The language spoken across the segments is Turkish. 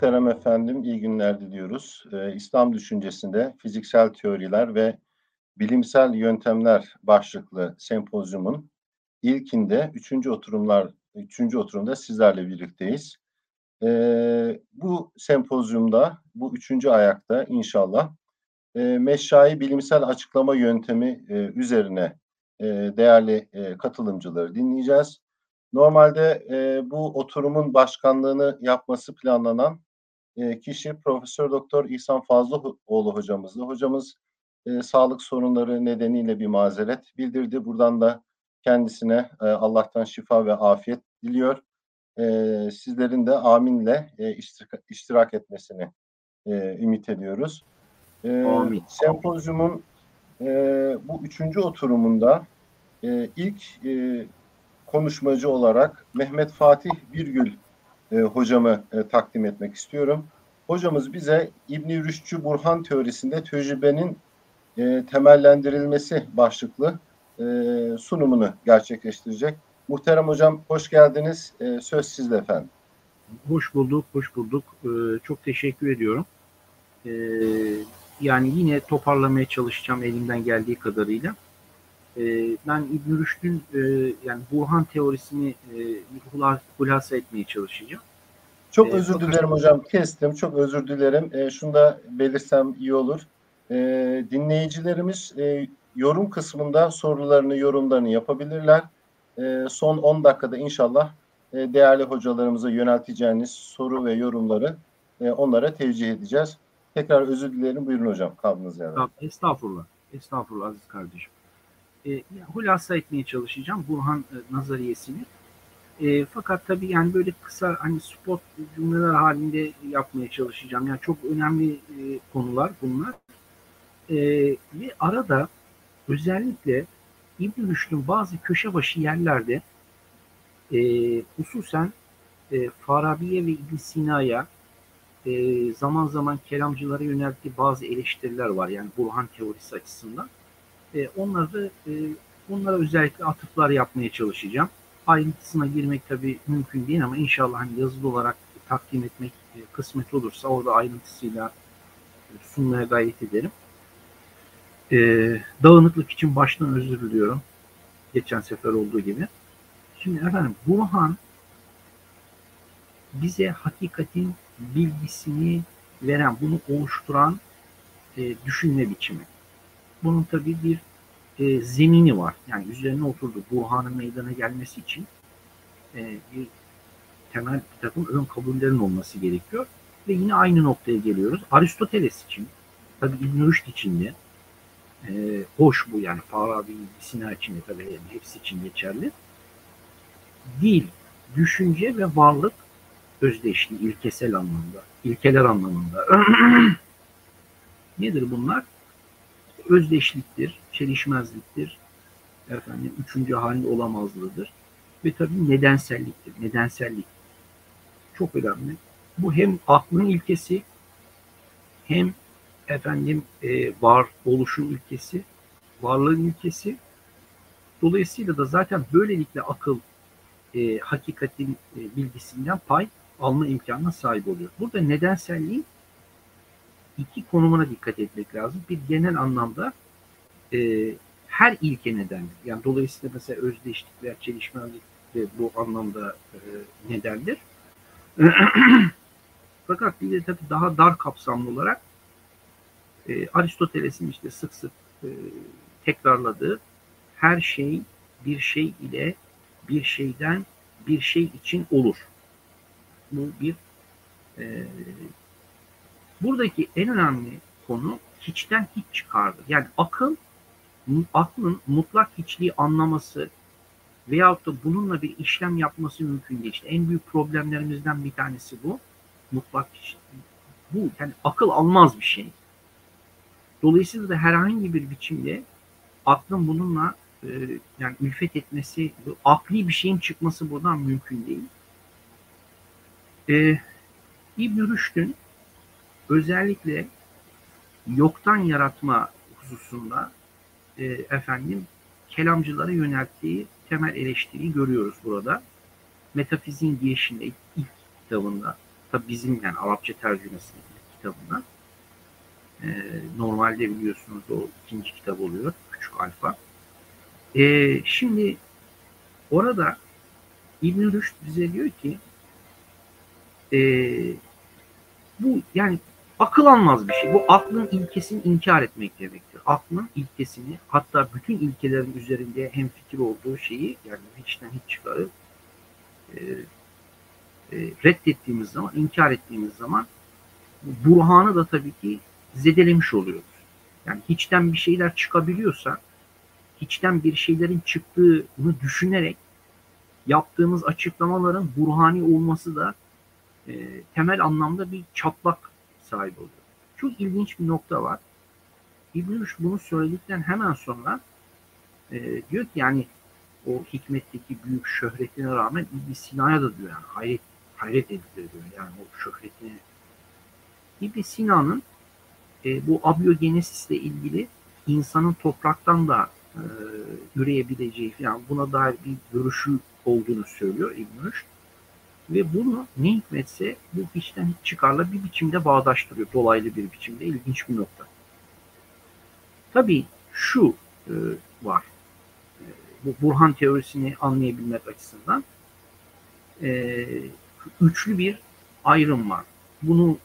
Muhterem efendim, iyi günler diliyoruz. İslam düşüncesinde fiziksel teoriler ve bilimsel yöntemler başlıklı sempozyumun ilkinde üçüncü oturumda sizlerle birlikteyiz. Bu sempozyumda, bu üçüncü ayakta inşallah Meşşai bilimsel açıklama yöntemi üzerine değerli katılımcıları dinleyeceğiz. Normalde bu oturumun başkanlığını yapması planlanan kişi Profesör Doktor İhsan Fazlıoğlu hocamızdı. Hocamız sağlık sorunları nedeniyle bir mazeret bildirdi. Buradan da kendisine Allah'tan şifa ve afiyet diliyor. Sizlerin de aminle iştirak etmesini ümit ediyoruz. Amin. Sempozyumun bu üçüncü oturumunda ilk konuşmacı olarak Mehmet Fatih Birgül hocamı takdim etmek istiyorum. Hocamız bize İbn-i Rüşdçü Burhan teorisinde tecrübenin temellendirilmesi başlıklı sunumunu gerçekleştirecek. Muhterem hocam hoş geldiniz. Söz sizde efendim. Hoş bulduk, hoş bulduk. Çok teşekkür ediyorum. Yani yine toparlamaya çalışacağım elimden geldiği kadarıyla. Ben İbn-i Rüşd'ün yani Burhan teorisini hulasa etmeye çalışacağım. Çok özür dilerim hocam, kestim. Çok özür dilerim. Şunu da belirsem iyi olur. Dinleyicilerimiz yorum kısmında sorularını, yorumlarını yapabilirler. Son 10 dakikada inşallah değerli hocalarımıza yönelteceğiniz soru ve yorumları onlara tevcih edeceğiz. Tekrar özür dilerim. Buyurun hocam, kaldığınız yerden. Estağfurullah. Estağfurullah aziz kardeşim. Hulasa etmeye çalışacağım Burhan nazariyesini. Fakat tabii yani böyle kısa hani spot cümleler halinde yapmaya çalışacağım. Yani çok önemli konular bunlar. Ve arada özellikle İbn-i Rüşd'ün bazı köşe başı yerlerde hususen Farabi'ye ve İbn Sina'ya zaman zaman kelamcılara yönelttiği bazı eleştiriler var. Yani Burhan teorisi açısından. Onlara özellikle atıflar yapmaya çalışacağım. Ayrıntısına girmek tabii mümkün değil ama inşallah hani yazılı olarak takdim etmek kısmet olursa orada ayrıntısıyla sunmaya gayret ederim. Dağınıklık için baştan özür diliyorum. Geçen sefer olduğu gibi. Şimdi efendim Burhan bize hakikatin bilgisini veren, bunu oluşturan düşünme biçimi. Bunun tabii bir zemini var. Yani üzerine oturdu. Burhan'ın meydana gelmesi için bir temel bir takım ön kabullerin olması gerekiyor. Ve yine aynı noktaya geliyoruz. Aristoteles için, tabii İbn-i Rüşd için de hoş bu yani Farabi, Sina için de tabii yani hepsi için geçerli. Dil, düşünce ve varlık özdeşliği, ilkesel anlamda, ilkeler anlamında. Nedir bunlar? Özdeşliktir, çelişmezliktir, üçüncü halinde olamazlığıdır ve tabii nedenselliktir. Nedensellik çok önemli. Bu hem aklın ilkesi hem var oluşun ilkesi, varlığın ilkesi. Dolayısıyla da zaten böylelikle akıl hakikatin bilgisinden pay alma imkanına sahip oluyor. Burada nedenselliğin iki konumuna dikkat etmek lazım. Bir genel anlamda her ilke nedendir. Yani dolayısıyla mesela özdeşlik veya çelişmezlik de bu anlamda nedendir. Fakat bir de tabii daha dar kapsamlı olarak Aristoteles'in işte sık sık tekrarladığı her şey bir şey ile bir şeyden bir şey için olur. Bu bir buradaki en önemli konu hiçten hiç çıkardı. Yani aklın mutlak hiçliği anlaması veyahut da bununla bir işlem yapması mümkün değil. İşte en büyük problemlerimizden bir tanesi bu. Mutlak hiçlik. Bu yani akıl almaz bir şey. Dolayısıyla da herhangi bir biçimde aklın bununla yani ülfet etmesi, akli bir şeyin çıkması buradan mümkün değil. İbn-i Rüşd'ün özellikle yoktan yaratma hususunda kelamcılara yönelttiği temel eleştiriyi görüyoruz burada. Metafiziğin girişinde ilk kitabında tabi bizim yani Arapça tercümesinin kitabından. Normalde biliyorsunuz o ikinci kitap oluyor. Küçük Alfa. Şimdi orada İbn-i Rüşd bize diyor ki bu yani akıl almaz bir şey. Bu aklın ilkesini inkar etmek demektir. Aklın ilkesini, hatta bütün ilkelerin üzerinde hemfikir olduğu şeyi, yani hiçten hiç çıkarıp reddettiğimiz zaman, inkar ettiğimiz zaman burhanı da tabii ki zedelemiş oluyoruz. Yani hiçten bir şeyler çıkabiliyorsa, hiçten bir şeylerin çıktığını düşünerek yaptığımız açıklamaların burhani olması da temel anlamda bir çatlak sahibi oluyor. Çok ilginç bir nokta var. İbn-i Rüşd bunu söyledikten hemen sonra diyor ki yani o hikmetteki büyük şöhretine rağmen İbn Sina'ya da diyor yani hayret edilir diyor yani o şöhretine. İbn Sina'nın bu abiyogenesisle ilgili insanın topraktan da üreyebileceği falan buna dair bir görüşü olduğunu söylüyor İbn Rüşd. Ve bunu ne hikmetse bu hiçten hiç çıkarla bir biçimde bağdaştırıyor. Dolaylı bir biçimde. İlginç bir nokta. Tabii şu var. Bu Burhan teorisini anlayabilmek açısından üçlü bir ayrım var. Bunu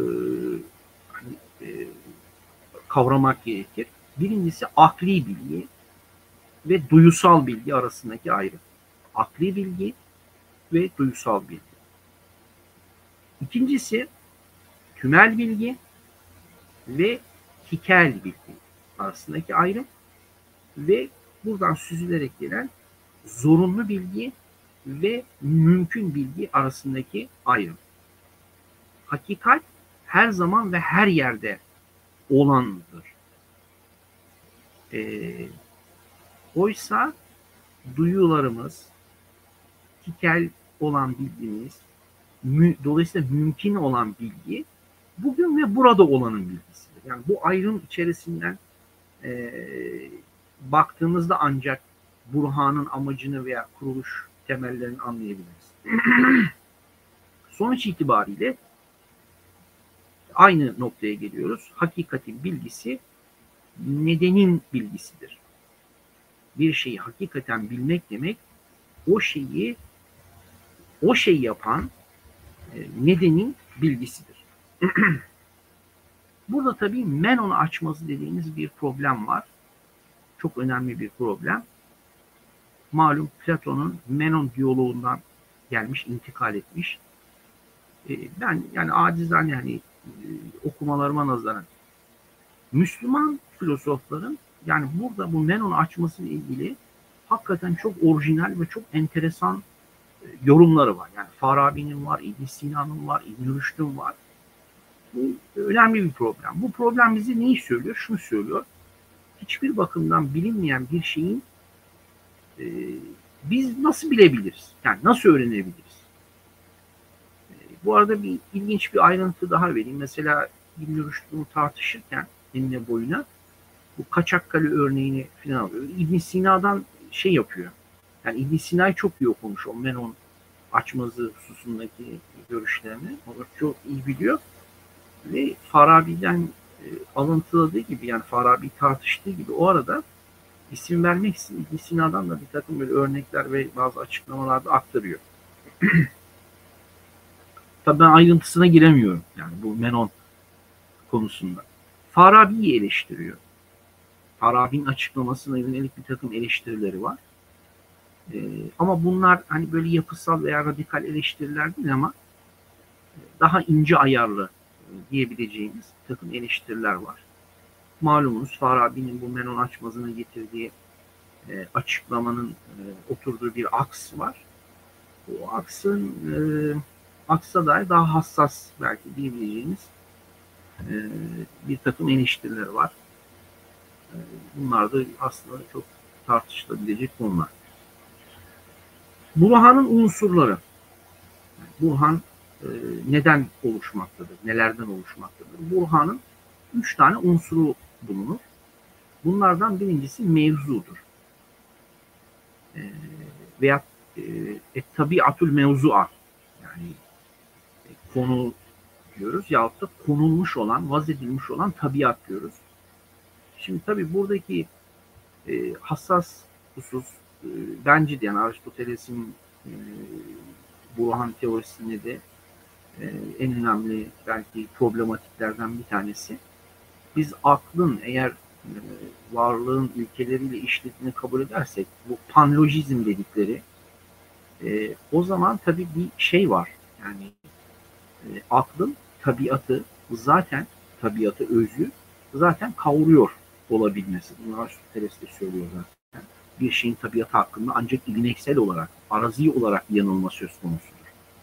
kavramak gerekir. Birincisi akli bilgi ve duyusal bilgi arasındaki ayrım. Akli bilgi ve duyusal bilgi. İkincisi tümel bilgi ve hikel bilgi arasındaki ayrım ve buradan süzülerek gelen zorunlu bilgi ve mümkün bilgi arasındaki ayrım. Hakikat her zaman ve her yerde olandır. Oysa duyularımız, hikel olan bilgimiz, dolayısıyla mümkün olan bilgi bugün ve burada olanın bilgisidir. Yani bu ayrım içerisinden baktığımızda ancak burhanın amacını veya kuruluş temellerini anlayabiliriz. Sonuç itibariyle aynı noktaya geliyoruz. Hakikatin bilgisi nedenin bilgisidir. Bir şeyi hakikaten bilmek demek o şeyi yapan nedenin bilgisidir. Burada tabii Menon açması dediğimiz bir problem var. Çok önemli bir problem. Malum Platon'un Menon diyaloğundan gelmiş, intikal etmiş. Ben yani acizane yani okumalarıma nazaran Müslüman filozofların yani burada bu Menon açmasıyla ilgili hakikaten çok orijinal ve çok enteresan yorumları var. Yani Farabi'nin var, İbn Sina'nın var, İbn Rüşd'ün var. Bu önemli bir problem. Bu problem bize neyi söylüyor? Şunu söylüyor. Hiçbir bakımdan bilinmeyen bir şeyin biz nasıl bilebiliriz? Yani nasıl öğrenebiliriz? Bu arada bir ilginç bir ayrıntı daha vereyim. Mesela İbn Rüşd bunu tartışırken enine boyuna bu Kaçakkale örneğini falan alıyor. İbn Sina'dan şey yapıyor. Yani İbn Sina'yı çok iyi okumuş. O Menon açmazı hususundaki görüşlerini. Onu çok iyi biliyor. Ve Farabi'den alıntıladığı gibi yani Farabi tartıştığı gibi o arada isim vermek için İbn Sina'dan da bir takım böyle örnekler ve bazı açıklamalarda aktarıyor. Tabii ben ayrıntısına giremiyorum yani bu Menon konusunda. Farabi'yi eleştiriyor. Farabi'nin açıklamasına yönelik bir takım eleştirileri var. Ama bunlar hani böyle yapısal veya radikal eleştiriler değil ama daha ince ayarlı diyebileceğimiz bir takım eleştiriler var. Malumunuz Farabi'nin bu Menon açmazına getirdiği açıklamanın oturduğu bir aks var. O aksa dair daha hassas belki diyebileceğimiz bir takım eleştiriler var. Bunlar da aslında çok tartışılabilecek konular. Burhan'ın unsurları. Burhan neden oluşmaktadır? Nelerden oluşmaktadır? Burhan'ın 3 tane unsuru bulunur. Bunlardan birincisi mevzudur. Veya tabiatul mevzu'a. Yani konu diyoruz yahut da konulmuş olan, vaz edilmiş olan tabiat diyoruz. Şimdi tabii buradaki hassas husus bence de yani Aristoteles'in Burhan teorisinde de en önemli belki problematiklerden bir tanesi. Biz aklın eğer varlığın ilkeleriyle işlediğini kabul edersek bu panlojizm dedikleri o zaman tabii bir şey var. Yani aklın tabiatı zaten özü zaten kavruyor olabilmesi. Bunu Aristoteles de söylüyor zaten. Bir şeyin tabiatı hakkında ancak ilneksel olarak, arazi olarak yanılma söz konusudur.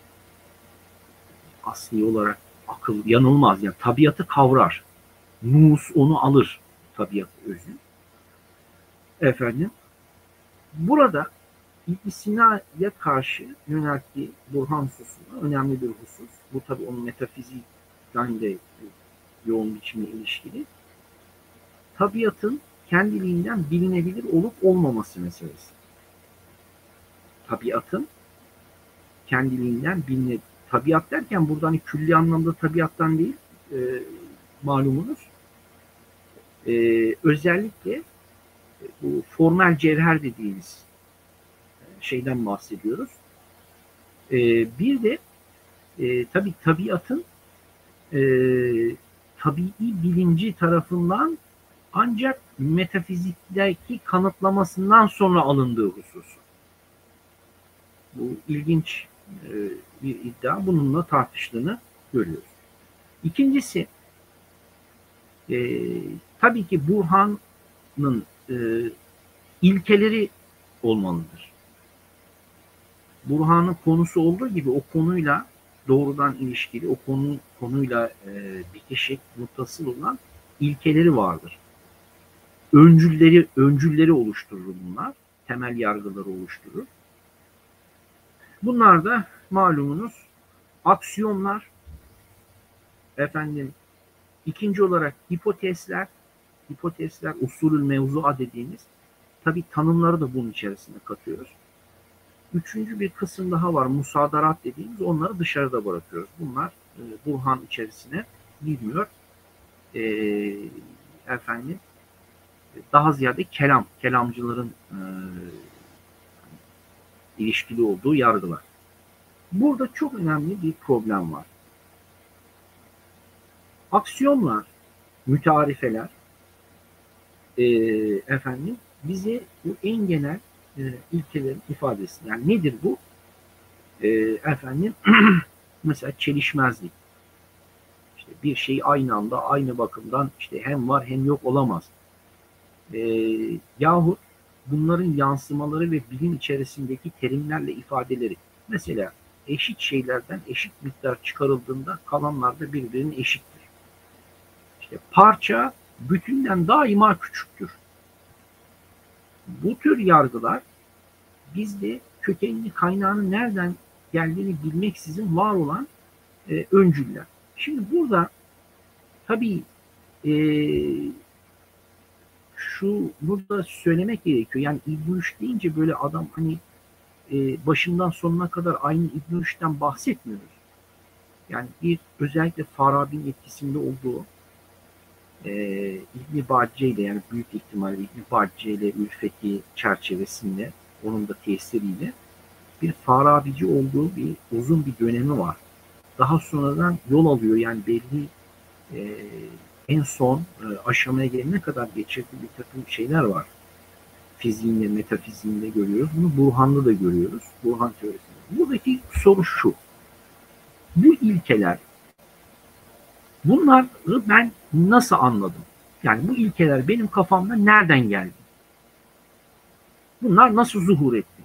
Asli olarak akıl yanılmaz. Yani tabiatı kavrar. Nous onu alır. Tabiat özü. Efendim, burada İbn Sina'ya karşı yönelttiği Burhan hususunda önemli bir husus. Bu tabii onun metafizikten de yoğun biçimde ilişkili. Tabiatın kendiliğinden bilinebilir olup olmaması meselesi. Tabiatın kendiliğinden bilinebilir. Tabiat derken burada hani külli anlamda tabiattan değil, malumunuz. Özellikle bu formel cevher dediğimiz şeyden bahsediyoruz. Bir de tabii tabiatın tabii bilinci tarafından ancak metafizikteki kanıtlamasından sonra alındığı husus. Bu ilginç bir iddia. Bununla tartıştığını görüyoruz. İkincisi tabii ki Burhan'ın ilkeleri olmalıdır. Burhan'ın konusu olduğu gibi o konuyla doğrudan ilişkili, o konuyla bitişik, muttasıl olan ilkeleri vardır. Öncülleri oluşturur bunlar. Temel yargıları oluşturur. Bunlar da malumunuz aksiyonlar, ikinci olarak hipotezler, usulül mevzua dediğimiz, tabii tanımları da bunun içerisine katıyoruz. Üçüncü bir kısım daha var, musadarat dediğimiz, onları dışarıda bırakıyoruz. Bunlar Burhan içerisine girmiyor. Daha ziyade kelamcıların ilişkili olduğu yargılar. Burada çok önemli bir problem var. Aksiyonlar, mütearifeler bize bu en genel ilkelerin ifadesi. Yani nedir bu? Mesela çelişmezlik. İşte bir şey aynı anda, aynı bakımdan işte hem var hem yok olamaz. Yahut bunların yansımaları ve bilim içerisindeki terimlerle ifadeleri. Mesela eşit şeylerden eşit miktar çıkarıldığında kalanlar da birbirinin eşittir. İşte parça bütünden daima küçüktür. Bu tür yargılar bizde kökenli kaynağının nereden geldiğini bilmeksizin var olan öncüller. Şimdi burada tabii burada söylemek gerekiyor. Yani İbn-i Rüşd deyince böyle adam hani başından sonuna kadar aynı İbn-i Rüşd'den bahsetmiyoruz. Yani özellikle Farabi'nin etkisinde olduğu İbn-i Bacce ile, yani büyük ihtimalle İbn-i Bacce ile Ülfeti çerçevesinde, onun da tesiriyle bir Farabici olduğu bir uzun bir dönemi var. Daha sonradan yol alıyor, yani belli en son aşamaya gelene kadar geçirdiği bir takım şeyler var. Fiziğinde, metafiziğinde görüyoruz. Bunu Burhan'da da görüyoruz. Burhan teorisinde. Buradaki soru şu. Bu ilkeler, bunları ben nasıl anladım? Yani bu ilkeler benim kafamda nereden geldi? Bunlar nasıl zuhur etti?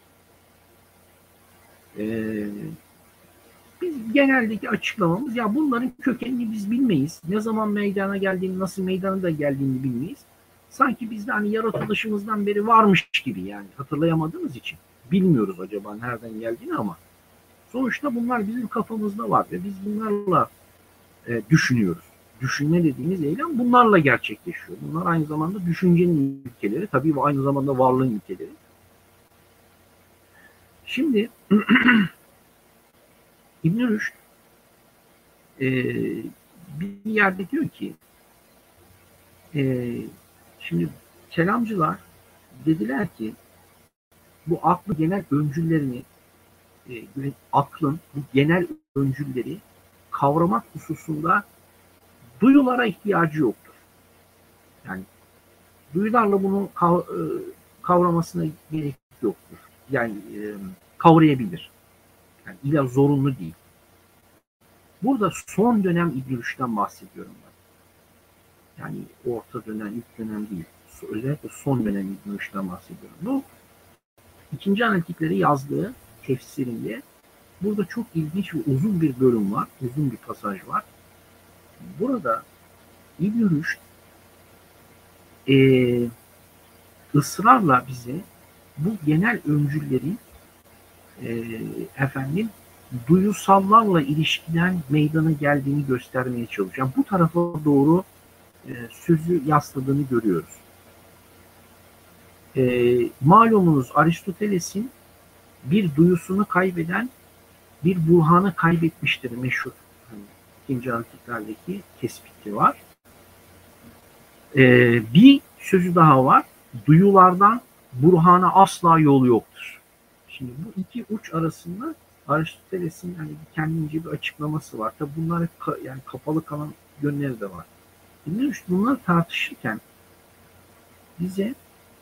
Biz geneldeki açıklamamız, ya bunların kökenini biz bilmeyiz. Ne zaman meydana geldiğini, nasıl meydana da geldiğini bilmeyiz. Sanki bizde hani yaratılışımızdan beri varmış gibi, yani hatırlayamadığımız için bilmiyoruz acaba nereden geldiğini, ama sonuçta bunlar bizim kafamızda var ve biz bunlarla düşünüyoruz. Düşünme dediğimiz eylem bunlarla gerçekleşiyor. Bunlar aynı zamanda düşüncenin ilkeleri, tabii aynı zamanda varlığın ilkeleri. Şimdi İbn-i Rüşd bir yerde diyor ki şimdi kelamcılar dediler ki bu aklı genel öncüllerini aklın bu genel öncülleri kavramak hususunda duyulara ihtiyacı yoktur. Yani duyularla bunu kavramasına gerek yoktur. Yani kavrayabilir. Yani illa zorunlu değil. Burada son dönem İbn Rüşd'den bahsediyorum ben. Yani orta dönem, ilk dönem değil. Özellikle son dönem İbn Rüşd'den bahsediyorum. Bu ikinci analitikleri yazdığı tefsirinde burada çok ilginç ve uzun bir bölüm var. Uzun bir pasaj var. Burada İbn Rüşd ısrarla bize bu genel öncüllerin duyusallarla ilişkiden meydana geldiğini göstermeye çalışıyor. Bu tarafa doğru sözü yasladığını görüyoruz. Malumunuz Aristoteles'in bir duyusunu kaybeden bir burhanı kaybetmiştir meşhur. İkinci antiklerdeki tespiti var. Bir sözü daha var. Duyulardan burhana asla yol yoktur. Şimdi bu iki uç arasında Aristoteles'in hani kendince bir açıklaması var. Tabi bunlar yani kapalı kalan yönleri de var. Şimdi bunları tartışırken bize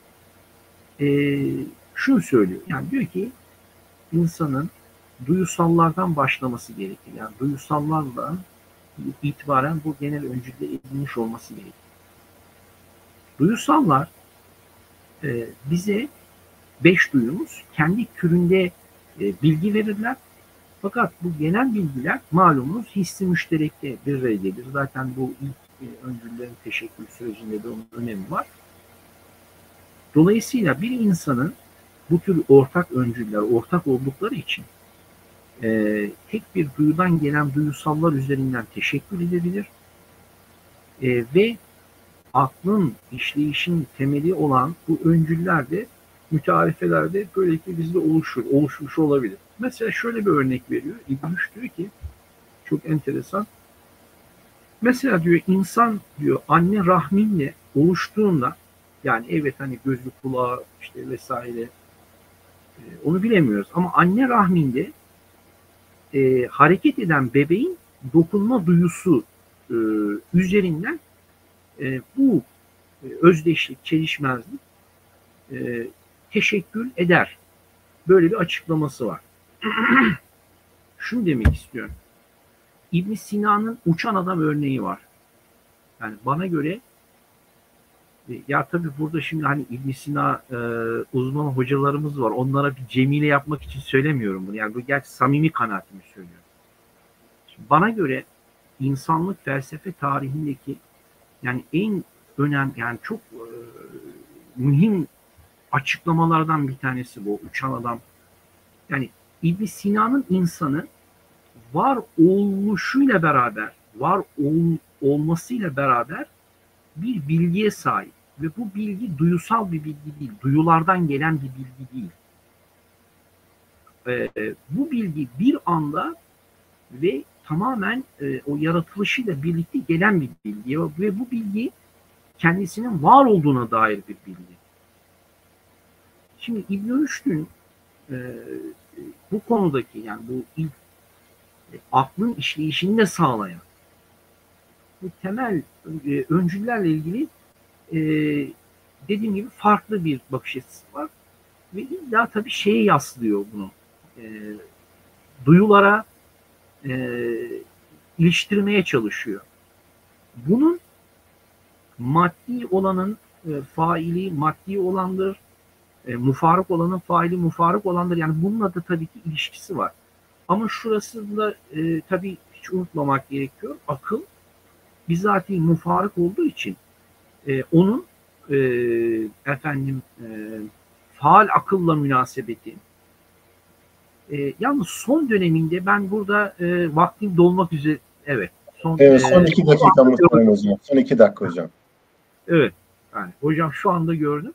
şunu söylüyor. Yani diyor ki insanın duyusallardan başlaması gerekir. Yani duyusallarla itibaren bu genel öncülde edilmiş olması gerekir. Duyusallar bize 5 duyumuz kendi türünde bilgi verirler. Fakat bu genel bilgiler malumunuz hissi müşterekte bir araya gelir. Zaten bu ilk öncüllerin teşekkül sürecinde de onun önemi var. Dolayısıyla bir insanın bu tür ortak öncüller, ortak oldukları için tek bir duyudan gelen duyusallar üzerinden teşekkül edebilir ve aklın işleyişin temeli olan bu öncüller de mütearifelerde böylelikle bizde oluşmuş olabilir. Mesela şöyle bir örnek veriyor. İbn Rüşd diyor ki çok enteresan. Mesela diyor insan diyor anne rahminle oluştuğunda yani evet hani gözü kulağı işte vesaire onu bilemiyoruz ama anne rahminde hareket eden bebeğin dokunma duyusu üzerinden bu özdeşlik, çelişmezlik teşekkül eder. Böyle bir açıklaması var. Şunu demek istiyorum. İbn Sina'nın uçan adam örneği var. Yani bana göre ya tabii burada şimdi hani İbn Sina uzman hocalarımız var. Onlara bir cemile yapmak için söylemiyorum bunu. Yani bu gerçi samimi kanaatimi söylüyorum. Şimdi bana göre insanlık felsefe tarihindeki yani en önemli yani çok mühim açıklamalardan bir tanesi bu uçan adam. Yani İbn Sina'nın insanı var oluşuyla beraber, olmasıyla beraber bir bilgiye sahip. Ve bu bilgi duyusal bir bilgi değil, duyulardan gelen bir bilgi değil. Bu bilgi bir anda ve tamamen o yaratılışıyla birlikte gelen bir bilgi ve bu bilgi kendisinin var olduğuna dair bir bilgi. Şimdi İbn Rüşd'ün bu konudaki yani bu ilk aklın işleyişini de sağlayan bu temel öncüllerle ilgili dediğim gibi farklı bir bakış açısı var. Ve illa tabii şeye yaslıyor bunu. Duyulara iliştirmeye çalışıyor. Bunun maddi olanın faili maddi olandır. Mufarık olanın faili mufarık olandır. Yani bununla da tabii ki ilişkisi var. Ama şurasında tabii hiç unutmamak gerekiyor. Akıl bizatihi mufarık olduğu için onun faal akılla münasebeti. Yalnız son döneminde ben burada vaktim dolmak üzere evet. Son 2 dakikamız var hocam. Son 2 dakika hocam. Evet. Yani hocam şu anda gördüm.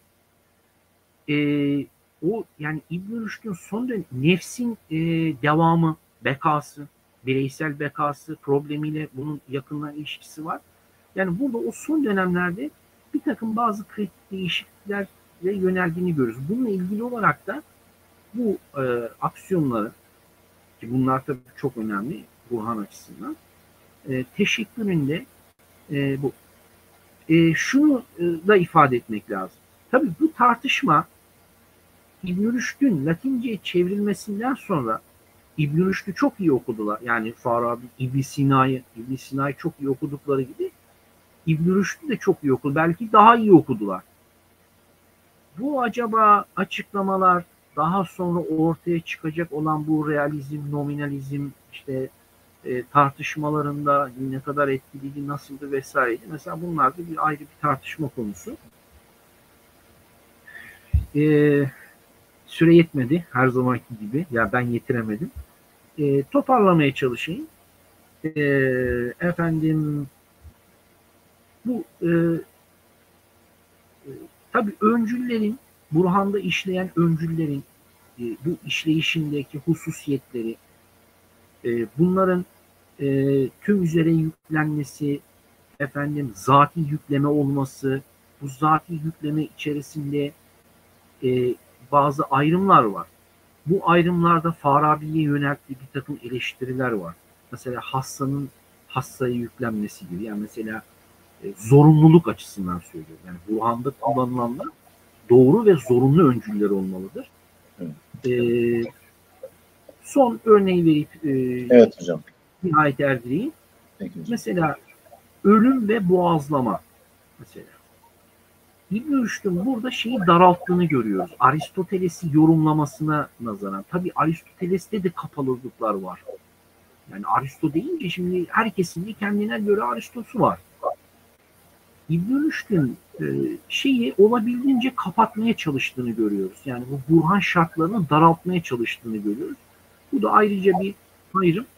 O yani İbn Rüşd'ün son dönem nefsin devamı, bekası, bireysel bekası problemiyle bunun yakından ilişkisi var. Yani burada o son dönemlerde bir takım bazı kritik değişikliklere yöneldiğini görüyoruz. Bununla ilgili olarak da bu aksiyonları, ki bunlar tabii çok önemli Burhan açısından, teşekküründe bu. Şunu da ifade etmek lazım. Tabii bu tartışma İbn Rüşd'ün Latince'ye çevrilmesinden sonra İbn Rüşd'ü çok iyi okudular. Yani Farabi, İbn Sina'yı çok iyi okudukları gibi İbn Rüşd'ü de çok iyi okudu. Belki daha iyi okudular. Bu acaba açıklamalar daha sonra ortaya çıkacak olan bu realizm, nominalizm işte tartışmalarında ne kadar etkiliydi, nasıldı vesaire. Mesela bunlar da bir ayrı bir tartışma konusu. Süre yetmedi her zamanki gibi. Ya ben yetiremedim. Toparlamaya çalışayım. Efendim bu tabii öncüllerin, Burhan'da işleyen öncüllerin bu işleyişindeki hususiyetleri, bunların tüm üzere yüklenmesi, efendim zati yükleme olması, bu zati yükleme içerisinde bazı ayrımlar var. Bu ayrımlarda Farabi'ye yönelttiği bir takım eleştiriler var. Mesela hassaya yüklenmesi gibi. Yani mesela zorunluluk açısından söylüyorum. Yani Burhan'da kullanılanlar doğru ve zorunlu öncüller olmalıdır. Son örneği verip evet hocam. nihayet erdireyim. Peki hocam. Mesela ölüm ve boğazlama. Mesela İbn Rüşd'ün burada şeyi daralttığını görüyoruz. Aristoteles'i yorumlamasına nazaran. Tabii Aristoteles'te de kapalılıklar var. Yani Aristo deyince şimdi herkesin de kendine göre Aristosu var. İbn Rüşd'ün şeyi olabildiğince kapatmaya çalıştığını görüyoruz. Yani bu Burhan şartlarını daraltmaya çalıştığını görüyoruz. Bu da ayrıca bir ayrım.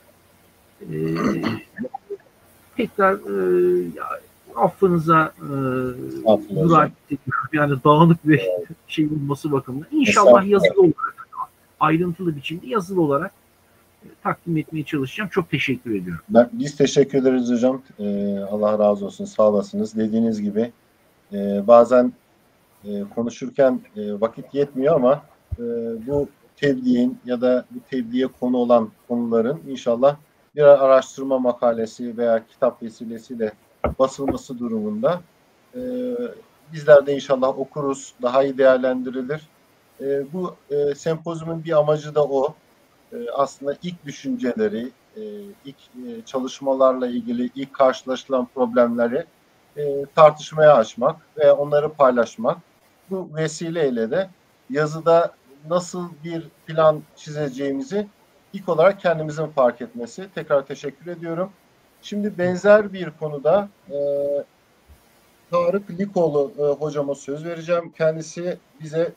Tekrar affınıza müracaat ediyorum. Yani dağınık bir şey olması bakımından. İnşallah yazılı olarak, ayrıntılı biçimde yazılı olarak takdim etmeye çalışacağım. Çok teşekkür ediyorum. Biz teşekkür ederiz hocam. Allah razı olsun. Sağ olasınız. Dediğiniz gibi bazen konuşurken vakit yetmiyor ama bu tebliğin ya da bu tebliğe konu olan konuların inşallah bir araştırma makalesi veya kitap vesilesiyle basılması durumunda bizler de inşallah okuruz, daha iyi değerlendirilir. Bu sempozyumun bir amacı da o. Aslında ilk düşünceleri, ilk çalışmalarla ilgili ilk karşılaşılan problemleri tartışmaya açmak ve onları paylaşmak. Bu vesileyle de yazıda nasıl bir plan çizeceğimizi ilk olarak kendimizin fark etmesi. Tekrar teşekkür ediyorum. Şimdi benzer bir konuda Tarık Likoğlu hocama söz vereceğim. Kendisi bize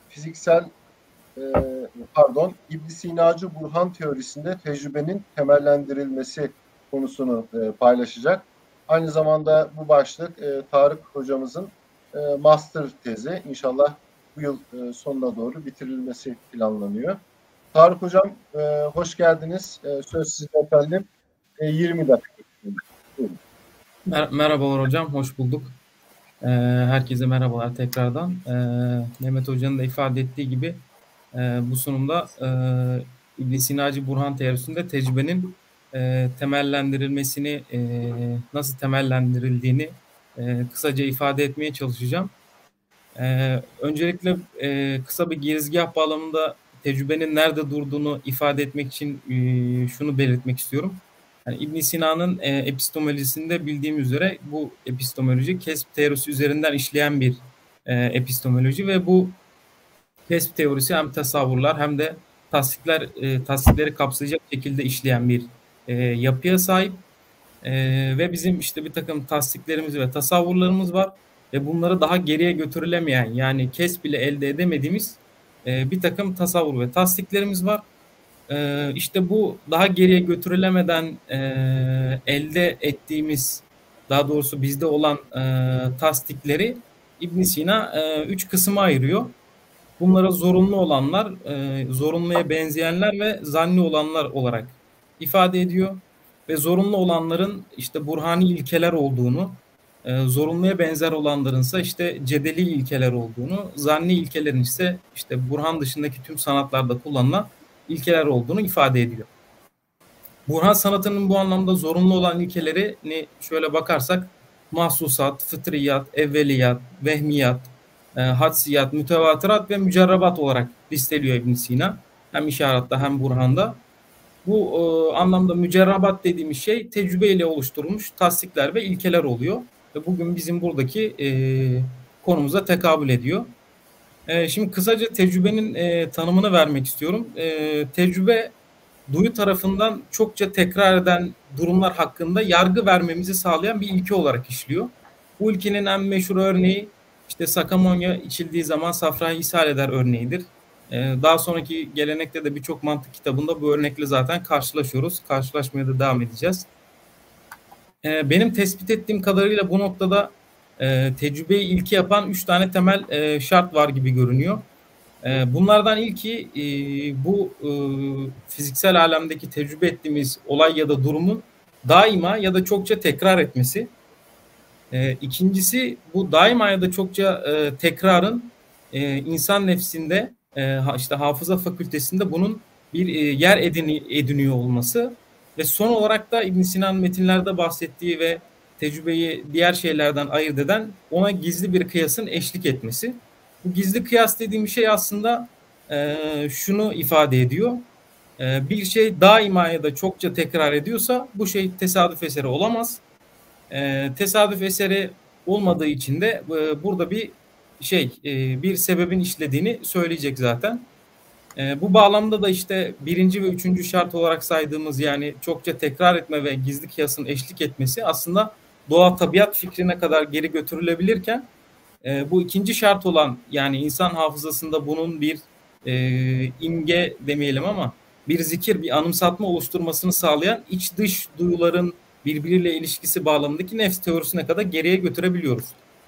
İbn Sinacı Burhan teorisinde tecrübenin temellendirilmesi konusunu paylaşacak. Aynı zamanda bu başlık Tarık hocamızın master tezi. İnşallah bu yıl sonuna doğru bitirilmesi planlanıyor. Tarık hocam hoş geldiniz. Söz sizde efendim. 20 dakika. Merhabalar hocam, hoş bulduk. Herkese merhabalar tekrardan. Mehmet Hoca'nın da ifade ettiği gibi bu sunumda İbn Sinacı Burhan teorisinde tecrübenin temellendirilmesini, nasıl temellendirildiğini kısaca ifade etmeye çalışacağım. Öncelikle kısa bir girizgah bağlamında tecrübenin nerede durduğunu ifade etmek için şunu belirtmek istiyorum. Yani İbn Sina'nın epistemolojisinde bildiğimiz üzere bu epistemoloji kesp teorisi üzerinden işleyen bir epistemoloji ve bu kesp teorisi hem tasavvurlar hem de tasdikleri kapsayacak şekilde işleyen bir yapıya sahip ve bizim işte bir takım tasdiklerimiz ve tasavvurlarımız var ve bunları daha geriye götürülemeyen yani kesb bile elde edemediğimiz bir takım tasavvur ve tasdiklerimiz var. İşte bu daha geriye götürülemeden elde ettiğimiz, daha doğrusu bizde olan tasdikleri İbn Sina 3 kısma ayırıyor. Bunlara zorunlu olanlar, zorunluya benzeyenler ve zanni olanlar olarak ifade ediyor. ve zorunlu olanların işte burhani ilkeler olduğunu, zorunluya benzer olanlarınsa işte cedeli ilkeler olduğunu, zanni ilkelerin ise işte Burhan dışındaki tüm sanatlarda kullanılan ilkeler olduğunu ifade ediyor. Burhan sanatının bu anlamda zorunlu olan ilkelerini şöyle bakarsak mahsusat, fıtriyat, evveliyat, vehmiyat, hadsiyat, mütevatırat ve mücerrabat olarak listeliyor İbn Sina. Hem işaratta hem Burhan'da. Bu anlamda mücerrabat dediğimiz şey tecrübeyle oluşturulmuş tasdikler ve ilkeler oluyor. Ve bugün bizim buradaki konumuza tekabül ediyor. Şimdi kısaca tecrübenin tanımını vermek istiyorum. Tecrübe duyu tarafından çokça tekrar eden durumlar hakkında yargı vermemizi sağlayan bir ilke olarak işliyor. Bu ilkenin en meşhur örneği işte Sakamonya içildiği zaman safrayı ishal eder örneğidir. Daha sonraki gelenekte de birçok mantık kitabında bu örnekle zaten karşılaşıyoruz. Karşılaşmaya da devam edeceğiz. Benim tespit ettiğim kadarıyla bu noktada tecrübeyi ilki yapan 3 tane temel şart var gibi görünüyor. Bunlardan ilki bu fiziksel alemdeki tecrübe ettiğimiz olay ya da durumun daima ya da çokça tekrar etmesi. İkincisi bu daima ya da çokça tekrarın insan nefsinde işte hafıza fakültesinde bunun bir yer ediniyor olması ve son olarak da İbn Sina'nın metinlerde bahsettiği ve tecrübeyi diğer şeylerden ayırt eden ona gizli bir kıyasın eşlik etmesi. Bu gizli kıyas dediğim şey aslında şunu ifade ediyor. Bir şey daima ya da çokça tekrar ediyorsa bu şey tesadüf eseri olamaz. Tesadüf eseri olmadığı için de burada bir sebebin işlediğini söyleyecek zaten. Bu bağlamda da işte birinci ve üçüncü şart olarak saydığımız yani çokça tekrar etme ve gizli kıyasın eşlik etmesi aslında doğa tabiat fikrine kadar geri götürülebilirken bu ikinci şart olan yani insan hafızasında bunun bir imge demeyelim ama bir zikir, bir anımsatma oluşturmasını sağlayan iç dış duyuların birbiriyle ilişkisi bağlamındaki nefs teorisine kadar geriye götürebiliyoruz.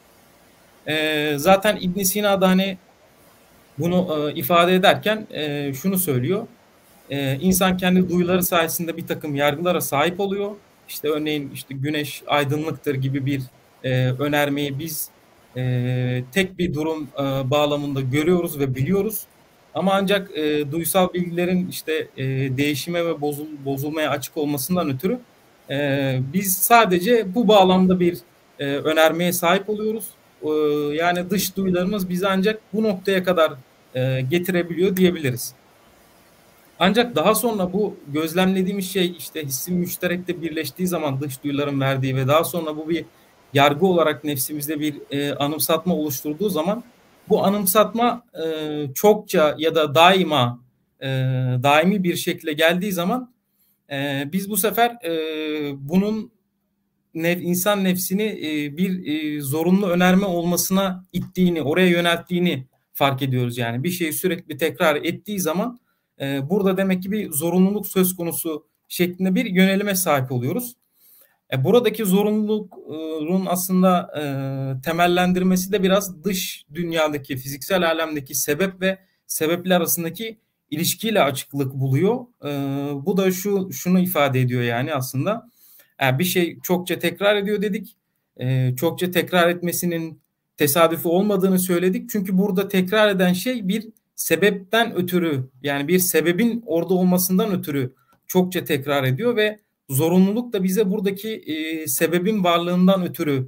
Zaten İbn Sina da hani bunu ifade ederken şunu söylüyor. İnsan kendi duyuları sayesinde bir takım yargılara sahip oluyor. İşte örneğin işte güneş aydınlıktır gibi bir önermeyi biz tek bir durum bağlamında görüyoruz ve biliyoruz. Ama ancak duysal bilgilerin işte değişime ve bozulmaya açık olmasından ötürü biz sadece bu bağlamda bir önermeye sahip oluyoruz. Yani dış duyularımız bizi ancak bu noktaya kadar getirebiliyor diyebiliriz. Ancak daha sonra bu gözlemlediğimiz şey işte hissi müşterekte birleştiği zaman dış duyuların verdiği ve daha sonra bu bir yargı olarak nefsimizde bir anımsatma oluşturduğu zaman bu anımsatma çokça ya da daimi bir şekilde geldiği zaman biz bu sefer bunun insan nefsini bir zorunlu önerme olmasına ittiğini, oraya yönelttiğini fark ediyoruz. Yani bir şeyi sürekli tekrar ettiği zaman burada demek ki bir zorunluluk söz konusu şeklinde bir yönelime sahip oluyoruz. Buradaki zorunluluğun aslında temellendirmesi de biraz dış dünyadaki, fiziksel alemdeki sebep ve sebepler arasındaki ilişkiyle açıklık buluyor. Bu da şunu ifade ediyor yani aslında. Bir şey çokça tekrar ediyor dedik. Çokça tekrar etmesinin tesadüfi olmadığını söyledik. Çünkü burada tekrar eden şey bir sebepten ötürü yani bir sebebin orada olmasından ötürü çokça tekrar ediyor ve zorunluluk da bize buradaki sebebin varlığından ötürü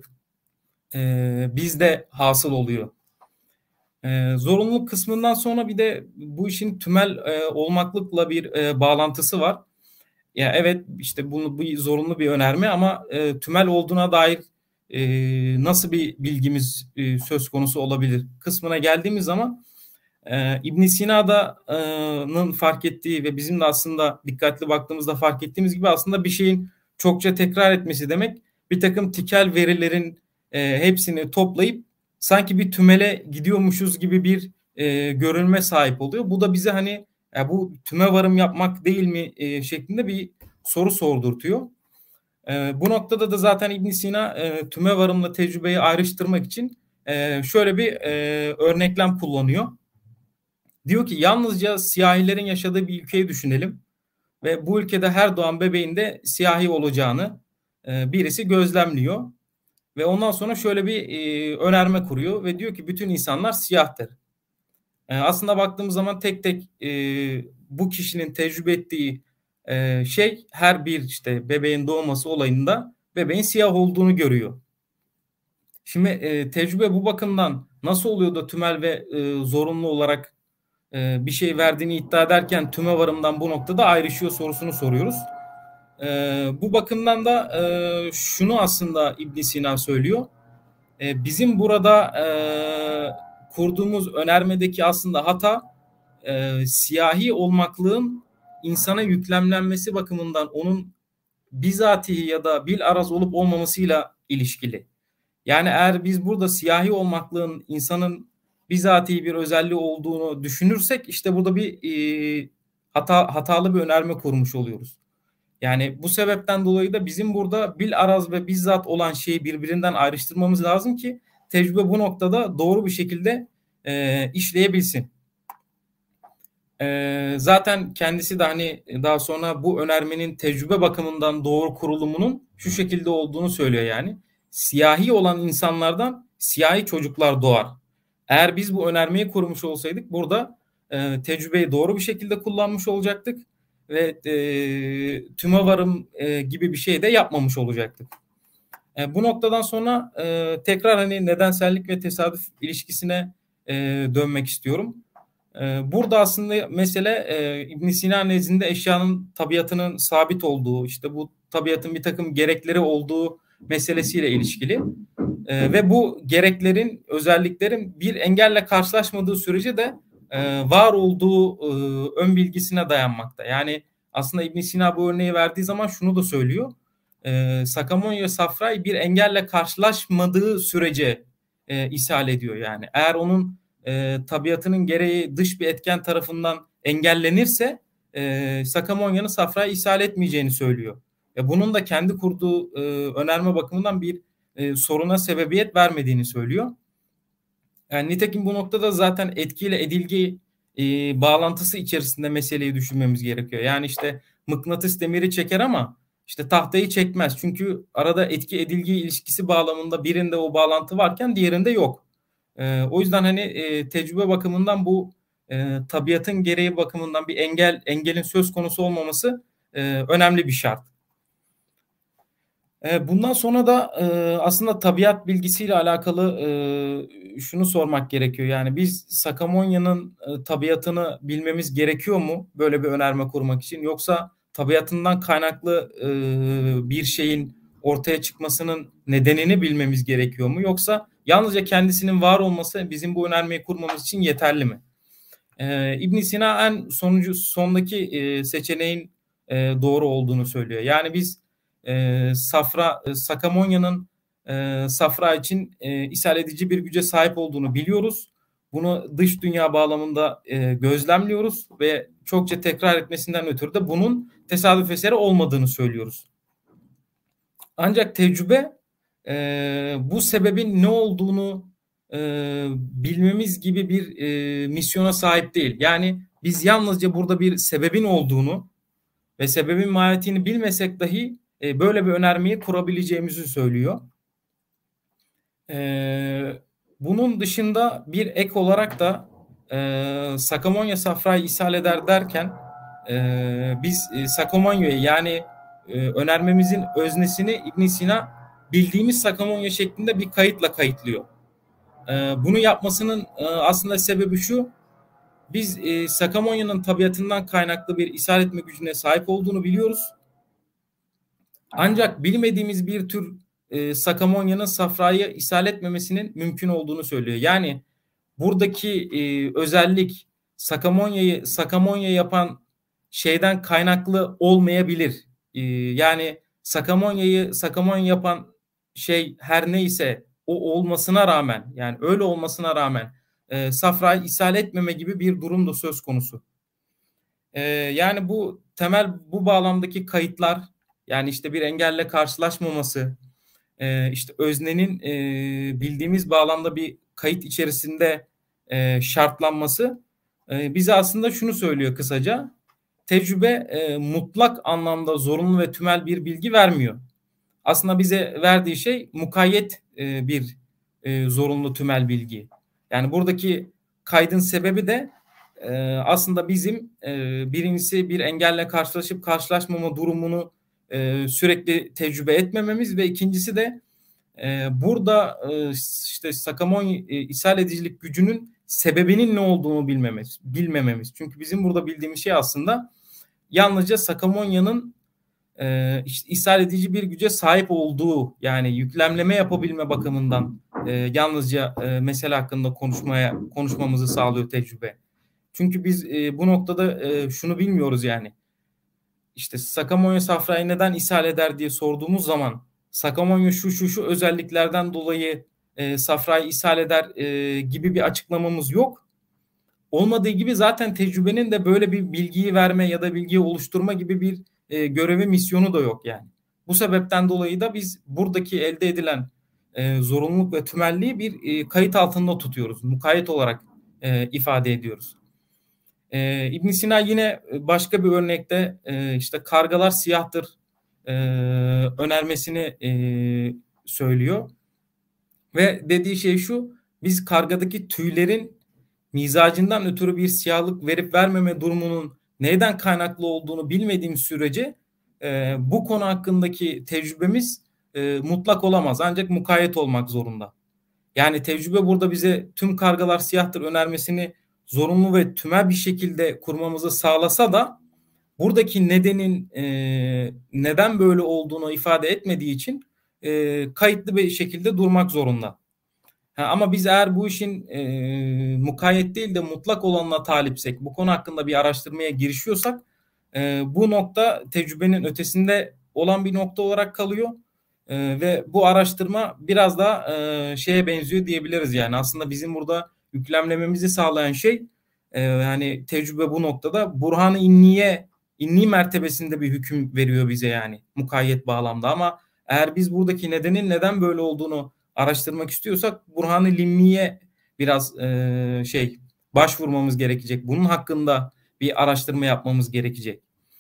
bizde hasıl oluyor. Zorunluluk kısmından sonra bir de bu işin tümel olmaklıkla bir bağlantısı var. Ya evet işte bu zorunlu bir önerme ama tümel olduğuna dair nasıl bir bilgimiz söz konusu olabilir kısmına geldiğimiz zaman İbn Sina'nın fark ettiği ve bizim de aslında dikkatli baktığımızda fark ettiğimiz gibi aslında bir şeyin çokça tekrar etmesi demek bir takım tikel verilerin hepsini toplayıp sanki bir tümele gidiyormuşuz gibi bir görünme sahip oluyor. Bu da bize hani bu tüme varım yapmak değil mi şeklinde bir soru sordurtuyor. Bu noktada da zaten İbn Sina tüme varımla tecrübeyi ayrıştırmak için şöyle bir örneklem kullanıyor. Diyor ki yalnızca siyahilerin yaşadığı bir ülkeyi düşünelim. ve bu ülkede her doğan bebeğin de siyahi olacağını birisi gözlemliyor. Ve ondan sonra şöyle bir önerme kuruyor ve diyor ki bütün insanlar siyahtır. Aslında baktığımız zaman tek tek bu kişinin tecrübe ettiği şey her bir işte bebeğin doğması olayında bebeğin siyah olduğunu görüyor. Şimdi tecrübe bu bakımdan nasıl oluyor da tümel ve zorunlu olarak bir şey verdiğini iddia ederken tümevarımdan bu noktada ayrışıyor sorusunu soruyoruz. Bu bakımdan da şunu aslında İbn Sina söylüyor. Bizim burada kurduğumuz önermedeki aslında hata siyahi olmaklığın insana yüklemlenmesi bakımından onun bizatihi ya da bil'araz olup olmamasıyla ilişkili. Yani eğer biz burada siyahi olmaklığın insanın bizatihi bir özelliği olduğunu düşünürsek işte burada bir hatalı bir önerme kurmuş oluyoruz. Yani bu sebepten dolayı da bizim burada bil'araz ve bizzat olan şeyi birbirinden ayrıştırmamız lazım ki tecrübe bu noktada doğru bir şekilde işleyebilsin. Zaten kendisi de hani daha sonra bu önermenin tecrübe bakımından doğru kurulumunun şu şekilde olduğunu söylüyor yani. Siyahi olan insanlardan siyahi çocuklar doğar. Eğer biz bu önermeyi kurmuş olsaydık burada tecrübeyi doğru bir şekilde kullanmış olacaktık ve tümevarım gibi bir şey de yapmamış olacaktık. Bu noktadan sonra tekrar hani nedensellik ve tesadüf ilişkisine dönmek istiyorum. Burada aslında mesele İbn Sina nezdinde eşyanın tabiatının sabit olduğu, işte bu tabiatın bir takım gerekleri olduğu meselesiyle ilişkili. Ve bu gereklerin, özelliklerin bir engelle karşılaşmadığı sürece de var olduğu ön bilgisine dayanmakta. Yani aslında İbn Sina bu örneği verdiği zaman şunu da söylüyor. Sakamonya Safrai bir engelle karşılaşmadığı sürece ishal ediyor yani. Eğer onun tabiatının gereği dış bir etken tarafından engellenirse Sakamonya'nın Safra'yı ishal etmeyeceğini söylüyor. Bunun da kendi kurduğu önerme bakımından bir soruna sebebiyet vermediğini söylüyor. Yani nitekim bu noktada zaten etkiyle edilgi bağlantısı içerisinde meseleyi düşünmemiz gerekiyor. Yani işte mıknatıs demiri çeker ama işte tahtayı çekmez. Çünkü arada etki edilgi ilişkisi bağlamında birinde o bağlantı varken diğerinde yok. O yüzden hani tecrübe bakımından bu tabiatın gereği bakımından bir engelin söz konusu olmaması önemli bir şart. Bundan sonra da aslında tabiat bilgisiyle alakalı şunu sormak gerekiyor. Yani biz Sakamonya'nın tabiatını bilmemiz gerekiyor mu böyle bir önerme kurmak için? Yoksa tabiatından kaynaklı bir şeyin ortaya çıkmasının nedenini bilmemiz gerekiyor mu? Yoksa yalnızca kendisinin var olması bizim bu önermeyi kurmamız için yeterli mi? İbn Sina en sondaki seçeneğin doğru olduğunu söylüyor. Yani biz Sakamonya'nın Safra için ishal edici bir güce sahip olduğunu biliyoruz. Bunu dış dünya bağlamında gözlemliyoruz ve çokça tekrar etmesinden ötürü de bunun tesadüf eseri olmadığını söylüyoruz. Ancak tecrübe bu sebebin ne olduğunu bilmemiz gibi bir misyona sahip değil. Yani biz yalnızca burada bir sebebin olduğunu ve sebebin mahiyetini bilmesek dahi böyle bir önermeyi kurabileceğimizi söylüyor. Bunun dışında bir ek olarak da Sakamonya Safra'yı ishal eder derken biz Sakamonya'yı yani önermemizin öznesini İbn Sina bildiğimiz Sakamonya şeklinde bir kayıtla kayıtlıyor. Bunu yapmasının aslında sebebi şu: biz Sakamonya'nın tabiatından kaynaklı bir ishal etme gücüne sahip olduğunu biliyoruz. Ancak bilmediğimiz bir tür Sakamonya'nın Safra'yı ishal etmemesinin mümkün olduğunu söylüyor. Yani buradaki özellik Sakamonya yapan şeyden kaynaklı olmayabilir. Yani Sakamonya yapan şey her neyse o olmasına rağmen, yani öyle olmasına rağmen Safra'yı ishal etmeme gibi bir durum da söz konusu. Yani bu bağlamdaki kayıtlar, yani işte bir engelle karşılaşmaması, işte öznenin bildiğimiz bağlamda bir kayıt içerisinde şartlanması bize aslında şunu söylüyor kısaca. tecrübe mutlak anlamda zorunlu ve tümel bir bilgi vermiyor. Aslında bize verdiği şey mukayyet bir zorunlu tümel bilgi. Yani buradaki kaydın sebebi de aslında bizim birincisi bir engelle karşılaşıp karşılaşmama durumunu sürekli tecrübe etmememiz ve ikincisi de burada işte Sakamonya ishal edicilik gücünün sebebinin ne olduğunu bilmememiz. Çünkü bizim burada bildiğimiz şey aslında yalnızca Sakamonya'nın işte ishal edici bir güce sahip olduğu, yani yüklemleme yapabilme bakımından yalnızca mesele hakkında konuşmamızı sağlıyor tecrübe. Çünkü biz bu noktada şunu bilmiyoruz yani. İşte Sakamonya safrayı neden ishal eder diye sorduğumuz zaman Sakamonya şu özelliklerden dolayı safrayı ishal eder gibi bir açıklamamız yok. Olmadığı gibi zaten tecrübenin de böyle bir bilgiyi verme ya da bilgiyi oluşturma gibi bir görevi, misyonu da yok yani. Bu sebepten dolayı da biz buradaki elde edilen zorunluluk ve tümelliği bir kayıt altında tutuyoruz. Mukayyet olarak ifade ediyoruz. İbn Sina yine başka bir örnekte işte kargalar siyahtır önermesini söylüyor. Ve dediği şey şu: biz kargadaki tüylerin mizacından ötürü bir siyahlık verip vermeme durumunun neyden kaynaklı olduğunu bilmediğimiz sürece bu konu hakkındaki tecrübemiz mutlak olamaz. Ancak mukayyet olmak zorunda. Yani tecrübe burada bize tüm kargalar siyahtır önermesini zorunlu ve tümel bir şekilde kurmamızı sağlasa da buradaki nedenin neden böyle olduğunu ifade etmediği için kayıtlı bir şekilde durmak zorunda. Ama biz eğer bu işin mukayyet değil de mutlak olanına talipsek, bu konu hakkında bir araştırmaya girişiyorsak bu nokta tecrübenin ötesinde olan bir nokta olarak kalıyor. Ve bu araştırma biraz da şeye benziyor diyebiliriz yani. Aslında bizim burada yüklemlememizi sağlayan şey yani tecrübe bu noktada Burhan-ı İnni mertebesinde bir hüküm veriyor bize yani mukayyet bağlamda. Ama eğer biz buradaki nedenin neden böyle olduğunu araştırmak istiyorsak Burhan-ı Limmiye biraz başvurmamız gerekecek. Bunun hakkında bir araştırma yapmamız gerekecek.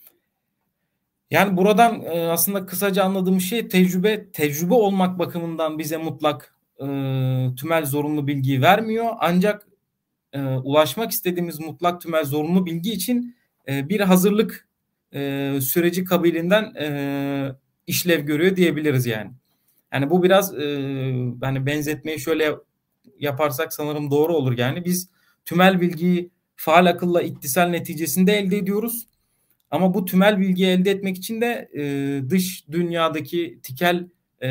Yani buradan aslında kısaca anladığım şey tecrübe olmak bakımından bize mutlak tümel zorunlu bilgiyi vermiyor. Ancak ulaşmak istediğimiz mutlak tümel zorunlu bilgi için bir hazırlık süreci kabiliğinden işlev görüyor diyebiliriz yani. Yani bu biraz hani benzetmeyi şöyle yaparsak sanırım doğru olur yani. Biz tümel bilgiyi faal akılla ittisal neticesinde elde ediyoruz. Ama bu tümel bilgiyi elde etmek için de dış dünyadaki tikel